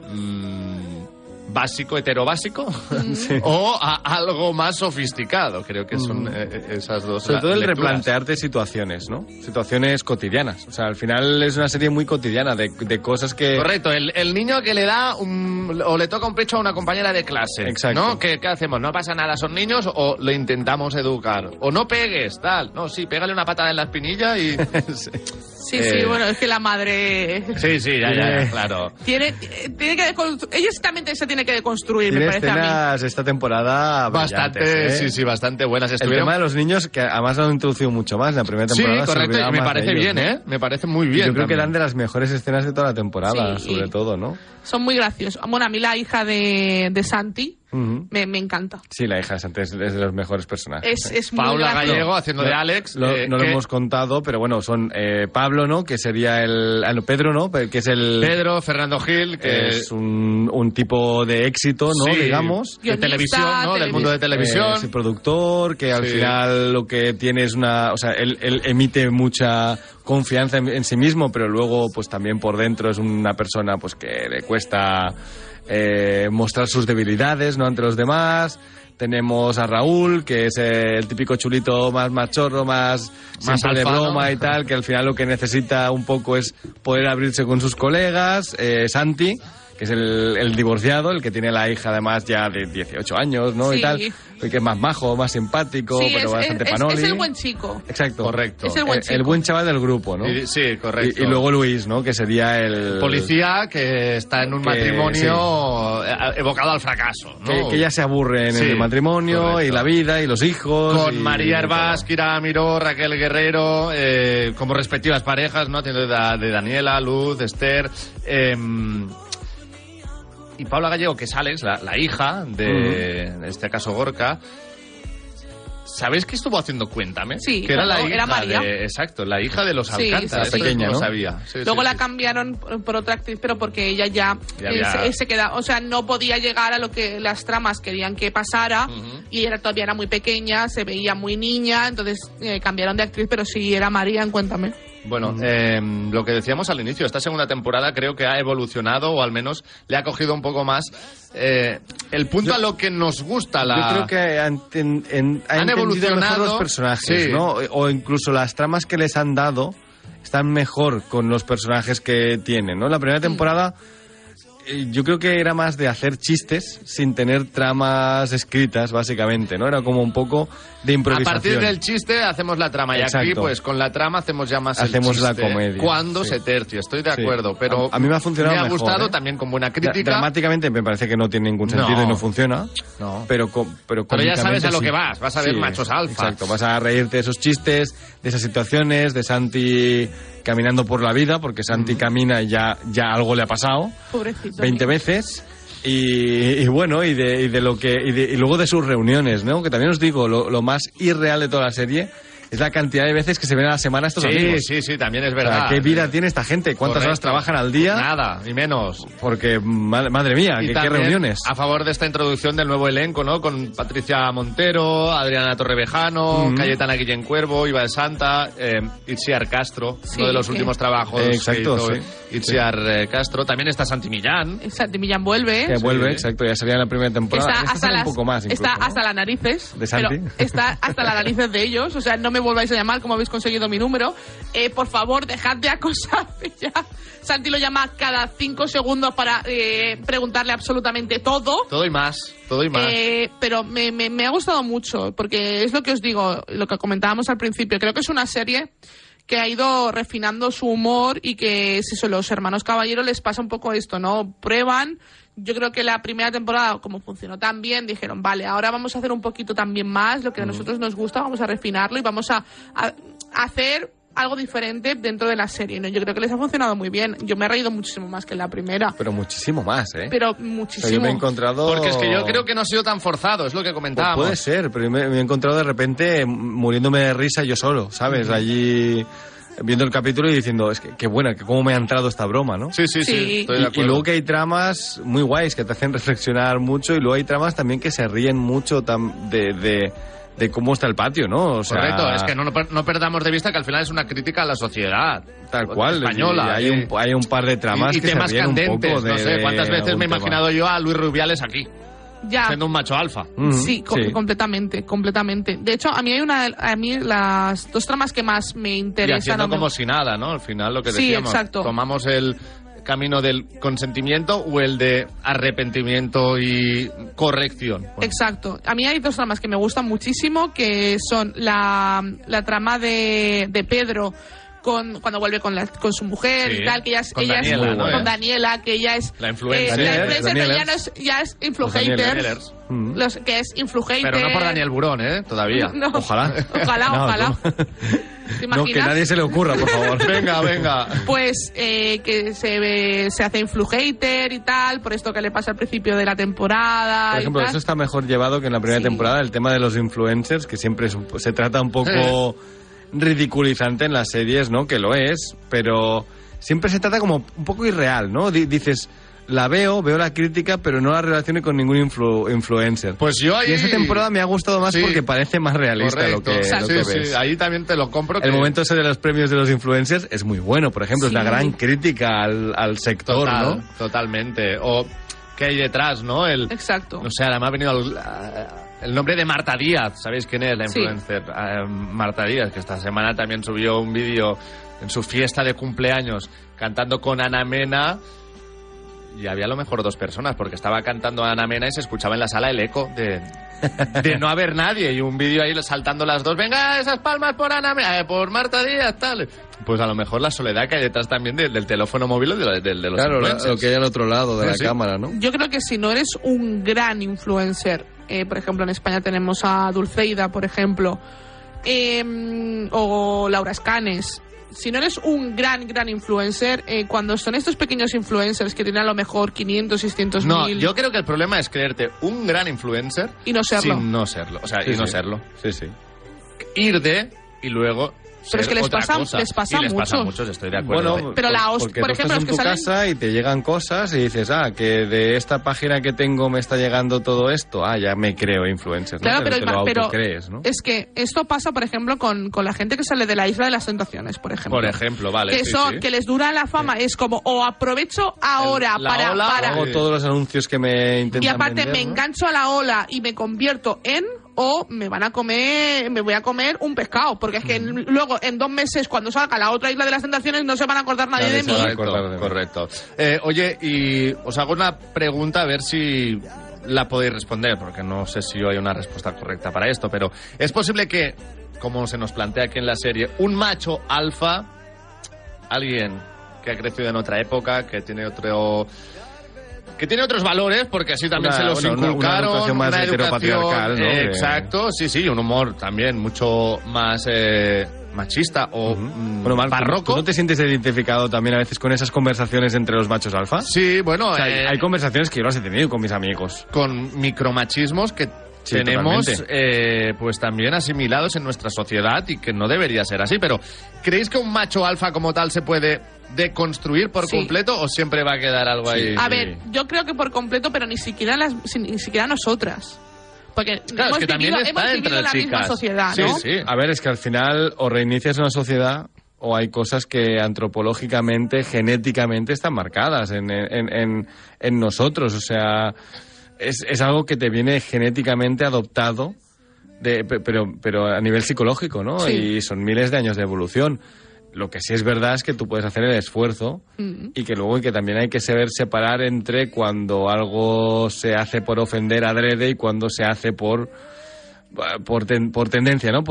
básico, heterobásico, o a algo más sofisticado. Creo que son esas dos Sobre todo el lecturas. replantearte situaciones, ¿no? Situaciones cotidianas. O sea, al final es una serie muy cotidiana de cosas que... Correcto, el niño que le da o le toca un pecho a una compañera de clase. Exacto. ¿No? ¿Qué hacemos? ¿No pasa nada? ¿Son niños o lo intentamos educar? O no pegues, tal. No, sí, pégale una patada en la espinilla y... Sí, bueno, es que la madre... Sí, ya, claro. Tiene que ella también se tiene que deconstruir, me Tiene parece a mí. escenas esta temporada Bastante, brillantes, ¿eh? sí, bastante buenas. El tema de los niños, que además lo han introducido mucho más en la primera Sí, temporada. se correcto, olvidaba y me más parece de ellos, bien, ¿no? ¿eh? Me parece muy Y bien. yo creo que también. eran de las mejores escenas de toda la temporada, Sí. sobre todo, ¿no? Son muy graciosos. Bueno, a mí la hija de Santi me encanta. Sí, la hija de Santos es de los mejores personajes. Es muy Paula gracioso. Gallego haciendo de Alex. No lo que- hemos contado, pero bueno, son Pablo, ¿no? Que sería Pedro, ¿no? Que es el... Pedro, Fernando Gil, que es un tipo de éxito, ¿no? Sí, Digamos. de Guionista, televisión, ¿no? Del mundo de televisión. Es el productor, que al Sí. final lo que tiene es una... O sea, él emite mucha confianza en sí mismo, pero luego, pues también por dentro es una persona pues que le cuesta mostrar sus debilidades, ¿no? Ante los demás. Tenemos a Raúl, que es el típico chulito más machorro, más siempre de alfa, ¿no? broma y tal, que al final lo que necesita un poco es poder abrirse con sus colegas. Santi, que es el divorciado, el que tiene la hija además ya de 18 años, ¿no? Sí. Y tal, y que es más majo, más simpático, Sí, pero bastante panoli. es el buen chico. Exacto. Correcto. Es el buen chico. El buen chaval del grupo, ¿no? Sí, correcto. Y luego Luis, ¿no? Que sería el... Policía que está en un Que, matrimonio evocado al fracaso, ¿no? Que ya se aburre en Sí, el matrimonio correcto. y la vida y los hijos. Con y María todo. Hervás, Kira Miró, Raquel Guerrero, como respectivas parejas, ¿no? Tiene de Daniela, Luz, Esther... y Paula Gallego, que es Alex, la hija de, en este caso, Gorka. ¿Sabéis qué estuvo haciendo Cuéntame? Sí, que era la claro, hija era María. Exacto, la hija de los Sí, Alcántara. sí, sí. Esto Pequeña, no lo ¿no? sabía. Sí, Luego sí, la sí. cambiaron por otra actriz, pero porque ella ya había- se queda, o sea, no podía llegar a lo que las tramas querían que pasara, y todavía era muy pequeña, se veía muy niña, entonces cambiaron de actriz, pero sí era María en Cuéntame. Bueno, lo que decíamos al inicio, esta segunda temporada creo que ha evolucionado, o al menos le ha cogido un poco más el punto a lo que nos gusta. Yo creo que han entendido evolucionado, mejor los personajes, sí. ¿no? O incluso las tramas que les han dado están mejor con los personajes que tienen, ¿no? La primera temporada yo creo que era más de hacer chistes sin tener tramas escritas, básicamente, ¿no? Era como un poco de A improvisación. partir del chiste hacemos la trama, y aquí Exacto. pues con la trama hacemos ya más Hacemos el la chiste. comedia, Cuando sí. se tercia, estoy de Sí. acuerdo, pero a mí me ha funcionado me ha mejor, gustado ¿eh? también con buena crítica. Dramáticamente me parece que no tiene ningún sentido No. y no funciona, No. pero Pero ya sabes a lo cómicamente que sí. vas a ver Sí, machos alfa. Exacto, vas a reírte de esos chistes, de esas situaciones, de Santi caminando por la vida, porque Santi camina y ya algo le ha pasado Pobrecito. 20 mío. veces. Y bueno, y de lo que y luego de sus reuniones, ¿no? Que también os digo, lo más irreal de toda la serie es la cantidad de veces que se ven a la semana estos amigos. Sí, también es O sea, verdad. ¿qué vida tiene esta gente? ¿Cuántas Correcto. horas trabajan al día? Nada, ni menos. Porque, madre mía, Y ¿qué también reuniones? a favor de esta introducción del nuevo elenco, ¿no? Con Patricia Montero, Adriana Torrevejano, Cayetana Guillén Cuervo, Iva de Santa, Itziar Castro, Sí, uno de los que- últimos trabajos Exacto, que hizo sí. Itziar Castro. También está Santi Millán. Santi Millán vuelve. Que vuelve, Sí. exacto, ya salía en la primera Que temporada. está Esta hasta sale las, un poco más incluso, está ¿no? hasta las narices. ¿De Santi? Pero está hasta las narices de ellos. O sea, no me volváis a llamar como habéis conseguido mi número. Por favor, dejad de acosarme ya. Santi lo llama cada 5 segundos para preguntarle absolutamente todo. Todo y más. Pero me ha gustado mucho, porque es lo que os digo, lo que comentábamos al principio. Creo que es una serie que ha ido refinando su humor, y que es eso, los hermanos Caballero les pasa un poco esto, ¿no? Prueban. Yo creo que la primera temporada, como funcionó tan bien, dijeron, vale, ahora vamos a hacer un poquito también más, lo que a nosotros nos gusta, vamos a refinarlo y vamos a hacer algo diferente dentro de la serie, ¿no? Yo creo que les ha funcionado muy bien. Yo me he reído muchísimo más que en la primera. Pero muchísimo más, ¿eh? Pero O sea, muchísimo. yo me he encontrado... Porque es que yo creo que no ha sido tan forzado, es lo que Pues comentábamos. puede ser, pero yo me he encontrado de repente muriéndome de risa yo solo, ¿sabes? Allí viendo el capítulo y diciendo, es que qué buena, que cómo me ha entrado esta broma, ¿no? Sí, Sí. estoy de Y acuerdo. luego que hay tramas muy guays que te hacen reflexionar mucho, y luego hay tramas también que se ríen mucho de cómo está el patio, ¿no? O sea, Correcto, es que no perdamos de vista que al final es una crítica a la sociedad tal cual, española. y hay un par de tramas y que temas se ríen candentes, un poco de, no sé, ¿cuántas de veces me he algún tema. imaginado yo a Luis Rubiales aquí, Ya. siendo un macho alfa? Sí, completamente. De hecho, a mí las dos tramas que más me Y interesan... haciendo o me- como si nada, ¿no? Al final lo que Sí, decíamos, exacto. tomamos el camino del consentimiento o el de arrepentimiento y corrección. Bueno, Exacto. A mí hay dos tramas que me gustan muchísimo, que son la trama de Pedro cuando vuelve con su mujer, Sí, y tal, que ella es, con Daniela, ¿no? con Daniela, que ella es La influencer. la Danielers, influencer, pero Danielers. ya es Los influhater, Danielers. que es influhater. Pero no por Daniel Burón, Todavía. No. Ojalá. Ojalá. No, ¿Te no, que imaginas? nadie se le ocurra, por favor. Venga. Pues que se hace influhater y tal, por esto que le pasa al principio de la temporada. Por ejemplo, y tal. eso está mejor llevado que en la primera Sí. temporada, el tema de los influencers, que siempre se trata un poco ridiculizante en las series, ¿no? Que lo es, pero siempre se trata como un poco irreal, ¿no? Dices, la veo la crítica, pero no la relaciono con ningún influencer. Pues yo ahí... Y esta temporada me ha gustado más Sí. porque parece más realista Correcto. lo que Sí, ves. ahí también te lo compro. El que- momento ese de los premios de los influencers es muy bueno, por ejemplo, Sí. es una gran crítica al sector, ¿no? Totalmente. O qué hay detrás, ¿no? Exacto. No sé, ahora me ha venido el nombre de Marta Díaz. ¿Sabéis quién es la Sí. influencer? Marta Díaz, que esta semana también subió un vídeo en su fiesta de cumpleaños cantando con Ana Mena. y había a lo mejor 2 personas, porque estaba cantando Ana Mena y se escuchaba en la sala el eco de no haber nadie, y un vídeo ahí saltando las 2, venga, esas palmas por Ana Mena, por Marta Díaz, tal. Pues a lo mejor la soledad que hay detrás también del teléfono móvil de los influencers. Lo que hay al otro lado de la cámara, ¿no? Yo creo que si no eres un gran influencer, por ejemplo, en España tenemos a Dulceida, por ejemplo, o Laura Escanes. Si no eres un gran influencer, cuando son estos pequeños influencers que tienen a lo mejor 500, 600 No, mil... yo creo que el problema es creerte un gran influencer y no serlo. Sin no serlo. O sea, Sí, y no sí. serlo. Sí, sí. Ir de y luego... Pero es que les otra pasa cosa. les Y les pasa a muchos, estoy de acuerdo. Bueno, Pero porque por tú ejemplo, estás los en que tu salen... casa y te llegan cosas y dices, que de esta página que tengo me está llegando todo esto. Ya me creo influencer, ¿no? Claro, te lo pero autocrees, ¿no? es que esto pasa, por ejemplo, con la gente que sale de la Isla de las Tentaciones, por ejemplo. Por ejemplo, vale. Que, sí, son, sí. que les dura la fama, es como, o aprovecho ahora La para... ola, Hago todos los anuncios que me intentan Y aparte vender, me ¿no? engancho a la ola y me convierto en... O me voy a comer un pescado, porque es que luego en 2 meses, cuando salga la otra Isla de las Tentaciones, no se van a acordar nadie de se mí. va a acordar de mí. Correcto. Oye, y os hago una pregunta a ver si la podéis responder, porque no sé si hay una respuesta correcta para esto, pero ¿es posible que, como se nos plantea aquí en la serie, un macho alfa, alguien que ha crecido en otra época, que tiene otros valores, porque así también se los inculcaron, una educación más heteropatriarcal, ¿no? Exacto, sí, un humor también mucho más machista o Bueno, Marc, barroco. ¿tú no te sientes identificado también a veces con esas conversaciones entre los machos alfa? Sí, bueno, O sea, hay conversaciones que yo las he tenido con mis amigos. con micromachismos que Sí, tenemos totalmente. pues también asimilados en nuestra sociedad y que no debería ser así, pero ¿creéis que un macho alfa como tal se puede deconstruir por Sí. completo o siempre va a quedar algo ahí? A ver, yo creo que por completo, pero ni siquiera nosotras. Porque Claro, es que también está hemos vivido entre la misma chicas. sociedad, Sí, ¿no? sí. A ver, es que al final o reinicias una sociedad o hay cosas que antropológicamente, genéticamente están marcadas en nosotros. O sea, es algo que te viene genéticamente adoptado, pero a nivel psicológico, ¿no? Sí. Y son miles de años de evolución. Lo que sí es verdad es que tú puedes hacer el esfuerzo y que luego que también hay que saber separar entre cuando algo se hace por ofender adrede y cuando se hace por tendencia, ¿no?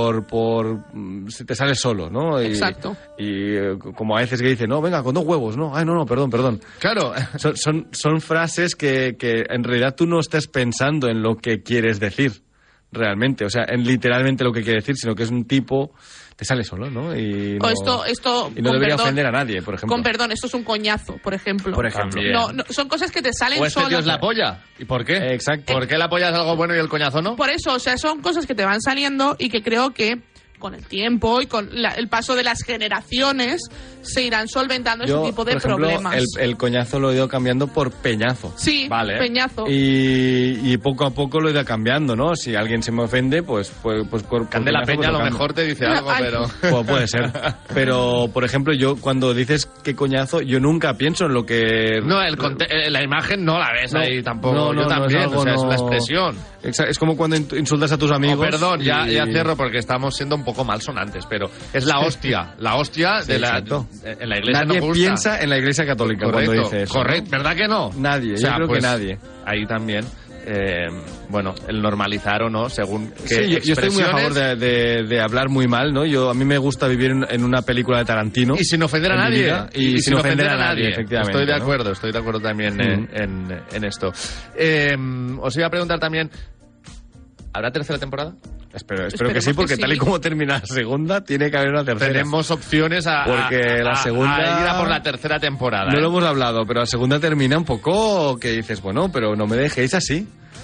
Si te sales solo, ¿no? Exacto. Y como a veces que dicen, no, venga, con 2 huevos, ¿no? Ay, no, perdón. Claro. Son frases que en realidad tú no estás pensando en lo que quieres decir realmente, o sea, en literalmente lo que quiere decir, sino que es un tipo, te sale solo, ¿no? Y no, esto y no con debería perdón, ofender a nadie, por ejemplo. Con perdón, esto es un coñazo, por ejemplo. Por ejemplo. También. No, son cosas que te salen O este tío solas. es la polla. ¿Y por qué? Exacto. ¿Por qué la polla es algo bueno y el coñazo no? Por eso, o sea, son cosas que te van saliendo y que creo que con el tiempo y con el paso de las generaciones se irán solventando ese tipo de por ejemplo, problemas. el coñazo lo he ido cambiando por peñazo. Sí, Vale. peñazo. Y poco a poco lo he ido cambiando, ¿no? Si alguien se me ofende, pues por Candela peñazo, Peña a lo cambio. mejor te dice algo, Ay. pero... Pues puede ser. Pero, por ejemplo, yo cuando dices que coñazo, yo nunca pienso en lo que... No, la imagen no la ves No, ahí tampoco. no, Yo no, también, es algo, o sea, es no- la expresión. Es como cuando insultas a tus amigos. Perdón, ya y- cierro porque estamos siendo un poco malsonantes, pero es la hostia. La hostia Sí, de la... exacto. En la iglesia Nadie no gusta. piensa en la iglesia católica cuando dice eso. Correcto, ¿verdad que no? Nadie, O sea, yo creo pues, que nadie. Ahí también, bueno, el normalizar o no, según qué Sí, yo estoy muy a favor expresiones. de hablar muy mal, ¿no? A mí me gusta vivir en una película de Tarantino. Y sin ofender a en mi nadie. vida, y sin ofender a nadie, efectivamente. Estoy de ¿no? acuerdo también en esto. Os iba a preguntar también, ¿habrá tercera temporada? Espero que Esperemos sí, porque que tal y sí. como termina la segunda, tiene que haber una tercera. Tenemos opciones Porque la segunda- a ir a por la tercera temporada. No ¿eh? lo hemos hablado, pero la segunda termina un poco que dices, bueno, pero no me dejéis así.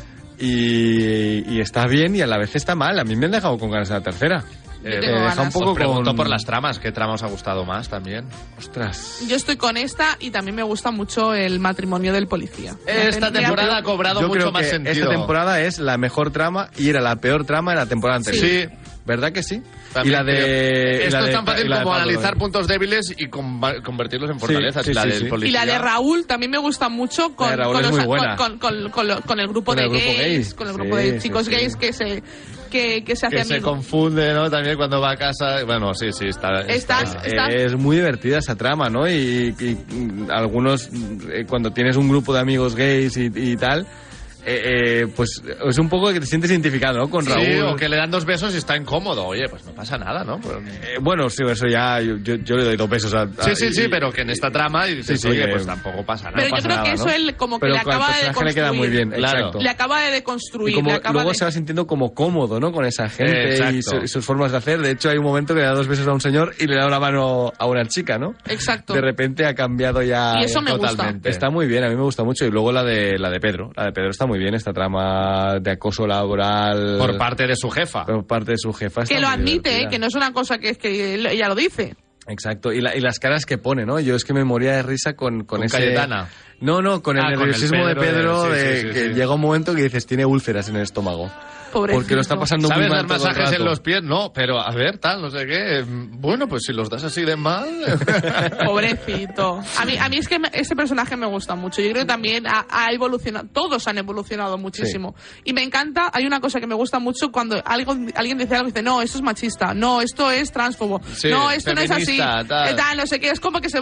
Y está bien y a la vez está mal. A mí me han dejado con ganas de la tercera. Yo Me tengo deja ganas. un poco Os pregunto con... por las tramas, ¿qué trama os ha gustado más también? Ostras. Yo estoy con esta y también me gusta mucho el matrimonio del policía. Esta temporada ha cobrado Yo mucho creo más que sentido. esta temporada es la mejor trama y era la peor trama de la temporada anterior. Sí. ¿Verdad que sí? También y la de... creo. y Esto la es de- tan fácil y la de como Pablo, analizar ¿eh? puntos débiles y convertirlos en fortalezas. sí, y la sí, del sí. policía. Y la de Raúl también me gusta mucho con, La de Raúl con es los- muy buena. con el grupo Con de el grupo gays, gays. con el Sí, grupo de sí, chicos sí. gays que que se hace que amigo. se confunde, ¿no? También cuando va a casa. Bueno, sí, está. Es muy divertida esa trama, ¿no? Y algunos, cuando tienes un grupo de amigos gays y tal, pues es un poco que te sientes identificado, ¿no? Con Raúl. Sí, o que le dan 2 besos y está incómodo. Oye, pues no pasa nada, ¿no? Pues... bueno, sí, eso ya... Yo le doy 2 besos a... Sí, pero que en esta trama y dices, oye, pues tampoco pasa nada. Pero no yo creo que eso él como que pero le acaba de deconstruir. Le queda muy bien, claro. exacto. Le acaba de deconstruir. Y como luego se va sintiendo como cómodo, ¿no? Con esa gente y sus formas de hacer. De hecho, hay un momento que le da 2 besos a un señor y le da una mano a una chica, ¿no? Exacto. De repente ha cambiado ya... Y eso me totalmente. Está muy bien, a mí me gusta mucho. Y luego la de Pedro. La de Pedro está muy bien, esta trama de acoso laboral por parte de su jefa, que lo admite, que no es una cosa que es que ella lo dice. Exacto, y las caras que pone, ¿no? Yo es que me moría de risa con ese... Cayetana. No, con el nerviosismo de Pedro, que llega un momento que dices, tiene úlceras en el estómago. Pobrecito. Porque lo está pasando muy mal. ¿Sabes dar masajes en los pies? No, pero a ver, tal, no sé qué. Bueno, pues si los das así de mal... Pobrecito. A mí es que este personaje me gusta mucho. Yo creo que también ha evolucionado. Todos han evolucionado muchísimo. Sí. Y me encanta, hay una cosa que me gusta mucho cuando alguien dice algo y dice, no, esto es machista, no, esto es transfobo, sí, no, esto no es así, tal, no sé qué. Es como que se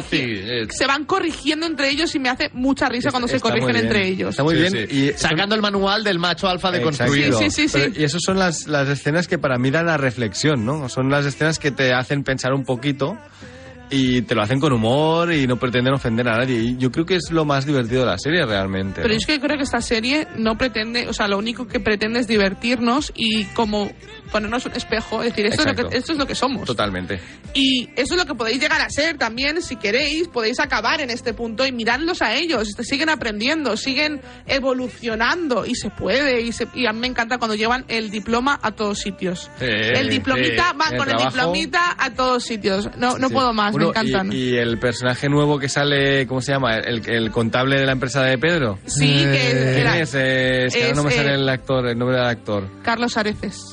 van corrigiendo entre ellos y me hace mucha risa cuando se corrigen entre ellos. Está muy bien. Sí. Y sacando el manual del macho alfa de construido. Sí. Pero, y esas son las escenas que para mí dan a reflexión, ¿no? Son las escenas que te hacen pensar un poquito y te lo hacen con humor y no pretenden ofender a nadie. Y yo creo que es lo más divertido de la serie realmente. Pero ¿no? es que creo que esta serie no pretende, o sea, lo único que pretende es divertirnos y como ponernos un espejo, es decir, esto es lo que somos. Totalmente. Y eso es lo que podéis llegar a ser también, si queréis, podéis acabar en este punto y miradlos a ellos, siguen aprendiendo, siguen evolucionando y se puede, y a mí me encanta cuando llevan el diploma a todos sitios. El diplomita va con el diplomita a todos sitios. No puedo más, bueno, me encantan. Y el personaje nuevo que sale, ¿cómo se llama? El contable de la empresa de Pedro. Sí, que era... no me sale el nombre del actor. Carlos Areces.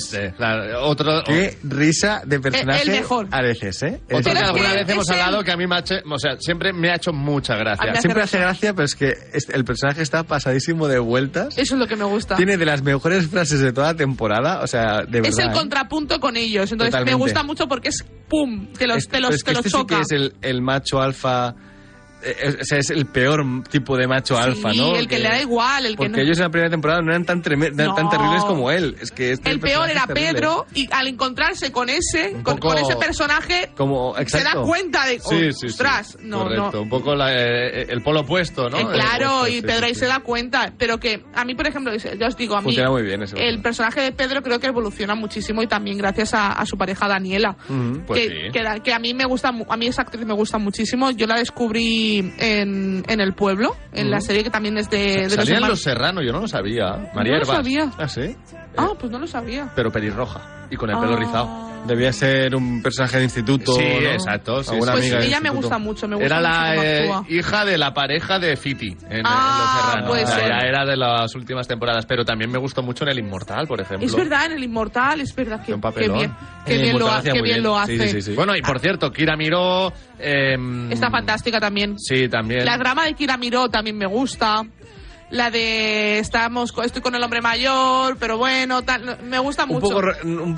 Otro... Qué risa de personaje. El mejor. Areces, ¿eh? Otro que alguna vez hemos hablado que a mí siempre me ha hecho mucha gracia. Siempre hace gracia, pero es que el personaje está pasadísimo de vueltas. Eso es lo que me gusta. Tiene de las mejores frases de toda la temporada, o sea, de verdad. Es el contrapunto con ellos, entonces totalmente. Me gusta mucho porque es pum, te los choca. Sí que es el macho alfa. Es el peor tipo de macho alfa, ¿no? El que le da igual, porque ellos en la primera temporada no eran tan terribles como él. Es que el peor era Pedro y al encontrarse con ese personaje se da cuenta de ostras, correcto, un poco el polo opuesto, ¿no? Claro, y Pedro ahí se da cuenta, pero que a mí, por ejemplo, ya os digo, a mí funciona muy bien el personaje de Pedro creo que evoluciona muchísimo y también gracias a su pareja Daniela, que a mí me gusta, a mí esa actriz me gusta muchísimo. Yo la descubrí en El Pueblo, en la serie que también es de salían Los Serrano, yo no lo sabía. María Herbás. No lo sabía. ¿Ah, sí? Pues no lo sabía. Pero pelirroja y con el pelo rizado. Debía ser un personaje de instituto. Sí, ¿no? exacto. Sí, pues ella me gusta mucho. Era la hija de la pareja de Fiti en Los Serrano. Ya era de las últimas temporadas, pero también me gustó mucho en El Inmortal, por ejemplo. Es verdad, en El Inmortal, es verdad que bien lo hace. Sí. Bueno, y por cierto, Kira Miró... está fantástica también. Sí, también. La drama de Kira Miró también me gusta. La de estoy con el hombre mayor, pero bueno, me gusta mucho. Un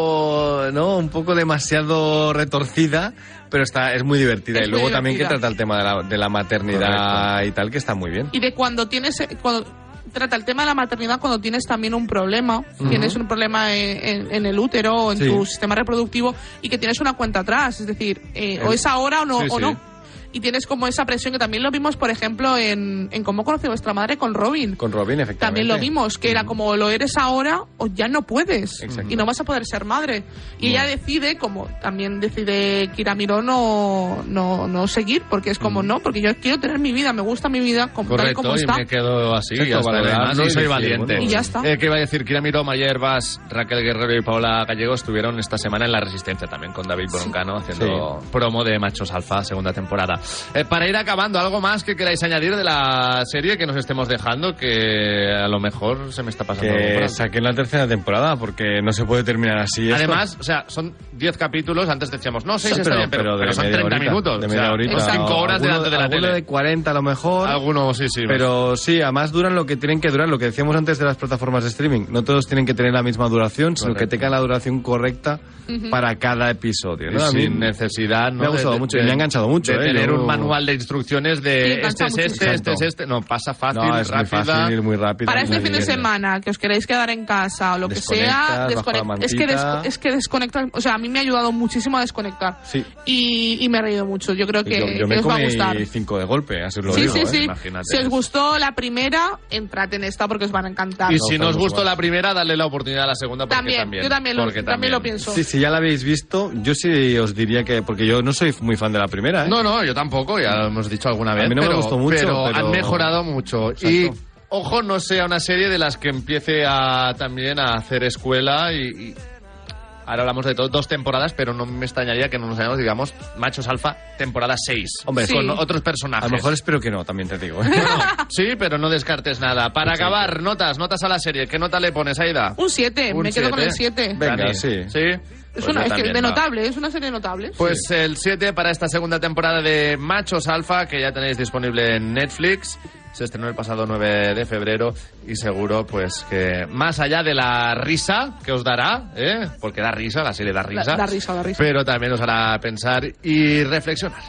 poco demasiado retorcida, pero es muy divertida. Y luego también que trata el tema de la maternidad y tal, que está muy bien. Y de cuando trata el tema de la maternidad cuando tienes también un problema, tienes un problema en el útero o en tu sistema reproductivo y que tienes una cuenta atrás, es decir, o es ahora o no. Y tienes como esa presión que también lo vimos, por ejemplo, en Cómo conoce vuestra madre con Robin. Con Robin, efectivamente. También lo vimos, que era como lo eres ahora o ya no puedes. Y no vas a poder ser madre. Y ella decide, como también decide Kira Miró, no seguir, porque es como no, porque yo quiero tener mi vida, me gusta mi vida tal como está. Y me quedo así, y soy valiente. Y ya está. ¿Qué iba a decir? Kira Miró, María Herbás, Raquel Guerrero y Paola Gallego estuvieron esta semana en La Resistencia también con David Broncano haciendo promo de Machos Alfa, segunda temporada. Para ir acabando, ¿algo más que queráis añadir de la serie que nos estemos dejando? Que a lo mejor se me está pasando algo por Que alto. saquen la tercera temporada, porque no se puede terminar así esto. Además, o sea, son 10 capítulos, antes decíamos, no, 6 Sí, está bien, pero de son media 30 horita, minutos. de o media sea, horita. son 5 horas delante de la alguno tele. de 40 a lo mejor. Algunos, sí. Pero sí, además duran lo que tienen que durar, lo que decíamos antes de las plataformas de streaming. No todos tienen que tener la misma duración, sino que tengan la duración correcta para cada episodio, ¿no? Y A mí sin necesidad, ¿no? me ha gustado mucho y me ha enganchado mucho. De tener Yo- un manual de instrucciones Sí, de engancha este es muchísimo. este. No, pasa fácil, No, es rápida. muy fácil, muy rápido. Para este muy fin de bien. semana, que os queréis quedar en casa o lo que sea, Desconectas, bajo la es que desconectar, o sea, a mí me ha ayudado muchísimo a desconectar. Sí. Y me he reído mucho. Yo creo que, Yo me que os va a comí gustar. 5 de golpe, así os lo Sí, digo. sí. imagínate. Si os gustó la primera, entrad en esta porque os van a encantar. Y si No, nos estamos gustó igual. la primera, darle la oportunidad a la segunda porque También, yo también lo pienso. Sí, si ya la habéis visto, yo sí os diría que... Porque yo no soy muy fan de la primera, ¿eh? No, yo tampoco, ya lo hemos dicho alguna vez. A mí no me gustó mucho, pero- han mejorado mucho. Exacto. Y ojo, no sea una serie de las que empiece también a hacer escuela y ahora hablamos de 2 temporadas, pero no me extrañaría que no nos hayamos, digamos, Machos Alfa, temporada 6. Hombre, Sí. Con otros personajes. A lo mejor espero que no, también te digo. Bueno, sí, pero no descartes nada. Para acabar, notas a la serie. ¿Qué nota le pones, Aida? Un 7, Un me quedo con 7. el 7. Venga, Dani, sí. ¿Sí? Es, Pues una, yo es que también, de va. notable, es una serie notable. Pues el 7 para esta segunda temporada de Machos Alfa, que ya tenéis disponible en Netflix. Se estrenó el pasado 9 de febrero y seguro pues que más allá de la risa que os dará, porque da risa, la serie da risa, Da risa. pero también os hará pensar y reflexionar.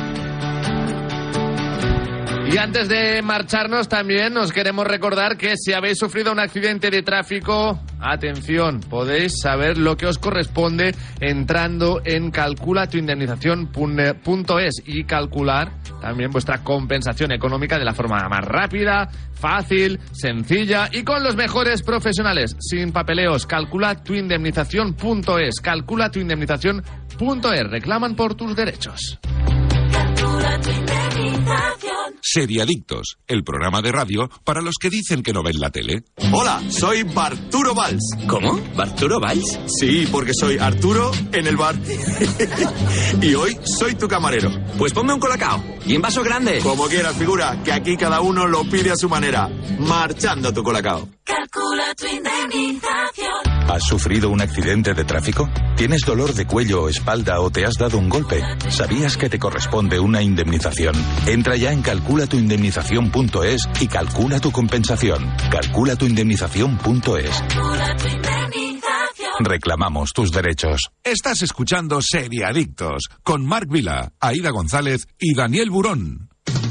Y antes de marcharnos también os queremos recordar que si habéis sufrido un accidente de tráfico, atención, podéis saber lo que os corresponde entrando en calculatuindemnización.es y calcular también vuestra compensación económica de la forma más rápida, fácil, sencilla y con los mejores profesionales, sin papeleos. Calculatuindemnización.es, calculatuindemnización.es, reclaman por tus derechos. Calcula tu indemnización. Seriadictos, el programa de radio para los que dicen que no ven la tele. Hola, soy Barturo Valls. ¿Cómo? ¿Barturo Valls? Sí, porque soy Arturo en el bar. Y hoy soy tu camarero. Pues ponme un colacao. Y en vaso grande. Como quieras, figura, que aquí cada uno lo pide a su manera. Marchando tu colacao. Calcula tu indemnización. ¿Has sufrido un accidente de tráfico? ¿Tienes dolor de cuello o espalda o te has dado un golpe? ¿Sabías que te corresponde una indemnización? Entra ya en calculatuindemnización.es y calcula tu compensación. Calculatuindemnización.es. Calcula tu indemnización. Reclamamos tus derechos. Estás escuchando Seriadictos con Marc Vila, Aida González y Daniel Burón.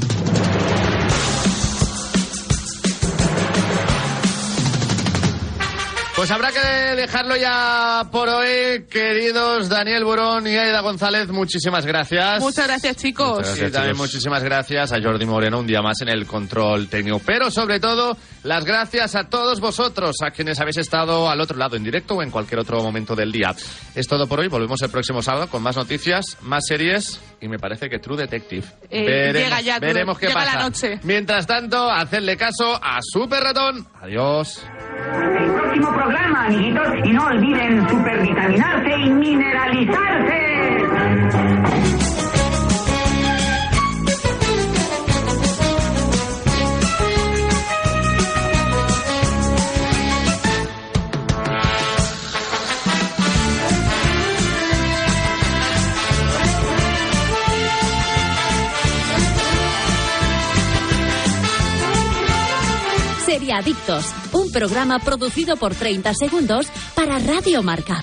Pues habrá que dejarlo ya por hoy, queridos Daniel Burón y Aida González, muchísimas gracias. Muchas gracias, chicos. Muchas Sí, gracias, también chicos. muchísimas gracias a Jordi Moreno un día más en el control técnico. Pero sobre todo, las gracias a todos vosotros, a quienes habéis estado al otro lado en directo o en cualquier otro momento del día. Es todo por hoy, volvemos el próximo sábado con más noticias, más series y me parece que True Detective. Llega ya, veremos qué llega pasa. la noche. Mientras tanto, hacedle caso a Super Ratón. Adiós. El próximo programa, amiguitos, y no olviden supervitaminarse y mineralizarse. Seriadictos, un programa producido por 30 segundos para Radio Marca.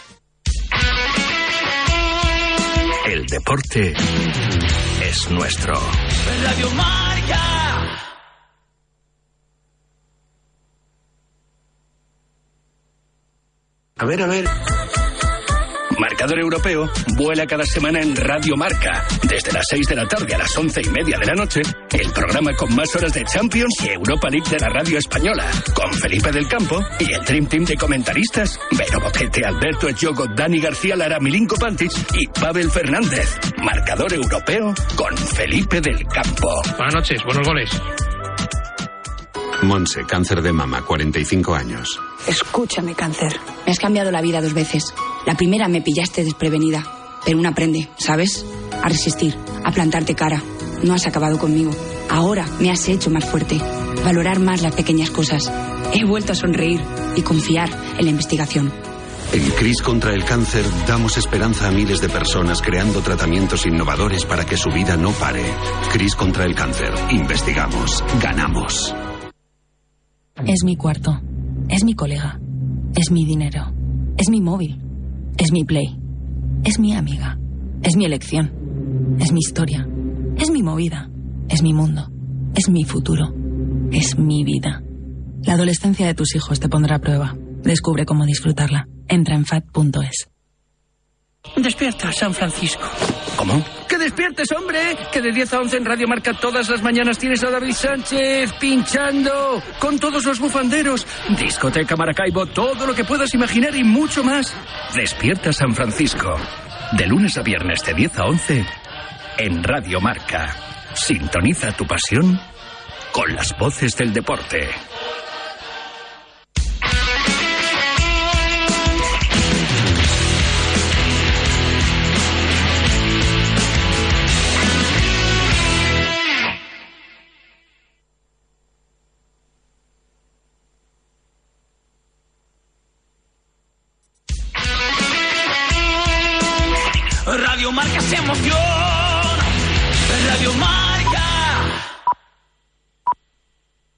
El deporte es nuestro. Radio Marca. A ver. Marcador Europeo vuela cada semana en Radio Marca. Desde las 6 de la tarde a las 11:30 de la noche, el programa con más horas de Champions y Europa League de la radio española. Con Felipe del Campo y el Dream Team de comentaristas. Vero Boquete, Alberto Echogo, Dani García Lara, Milinko Pantic y Pavel Fernández. Marcador Europeo con Felipe del Campo. Buenas noches, buenos goles. Monse, cáncer de mama, 45 años. Escúchame, cáncer. Me has cambiado la vida 2 veces. La primera me pillaste desprevenida. Pero uno aprende, ¿sabes? A resistir, a plantarte cara. No has acabado conmigo. Ahora me has hecho más fuerte. Valorar más las pequeñas cosas. He vuelto a sonreír y confiar en la investigación. En CRIS contra el cáncer damos esperanza a miles de personas creando tratamientos innovadores para que su vida no pare. CRIS contra el cáncer. Investigamos. Ganamos. Es mi cuarto. Es mi colega. Es mi dinero. Es mi móvil. Es mi Play. Es mi amiga. Es mi elección. Es mi historia. Es mi movida. Es mi mundo. Es mi futuro. Es mi vida. La adolescencia de tus hijos te pondrá a prueba. Descubre cómo disfrutarla. Entra en FAD.es. Despierta, San Francisco. ¿Cómo? ¡Que despiertes, hombre! Que de 10 a 11 en Radio Marca todas las mañanas tienes a David Sánchez pinchando con todos los bufanderos. Discoteca Maracaibo, todo lo que puedas imaginar y mucho más. Despierta San Francisco. De lunes a viernes de 10 a 11 en Radio Marca. Sintoniza tu pasión con las voces del deporte. Radio Marca se emoción.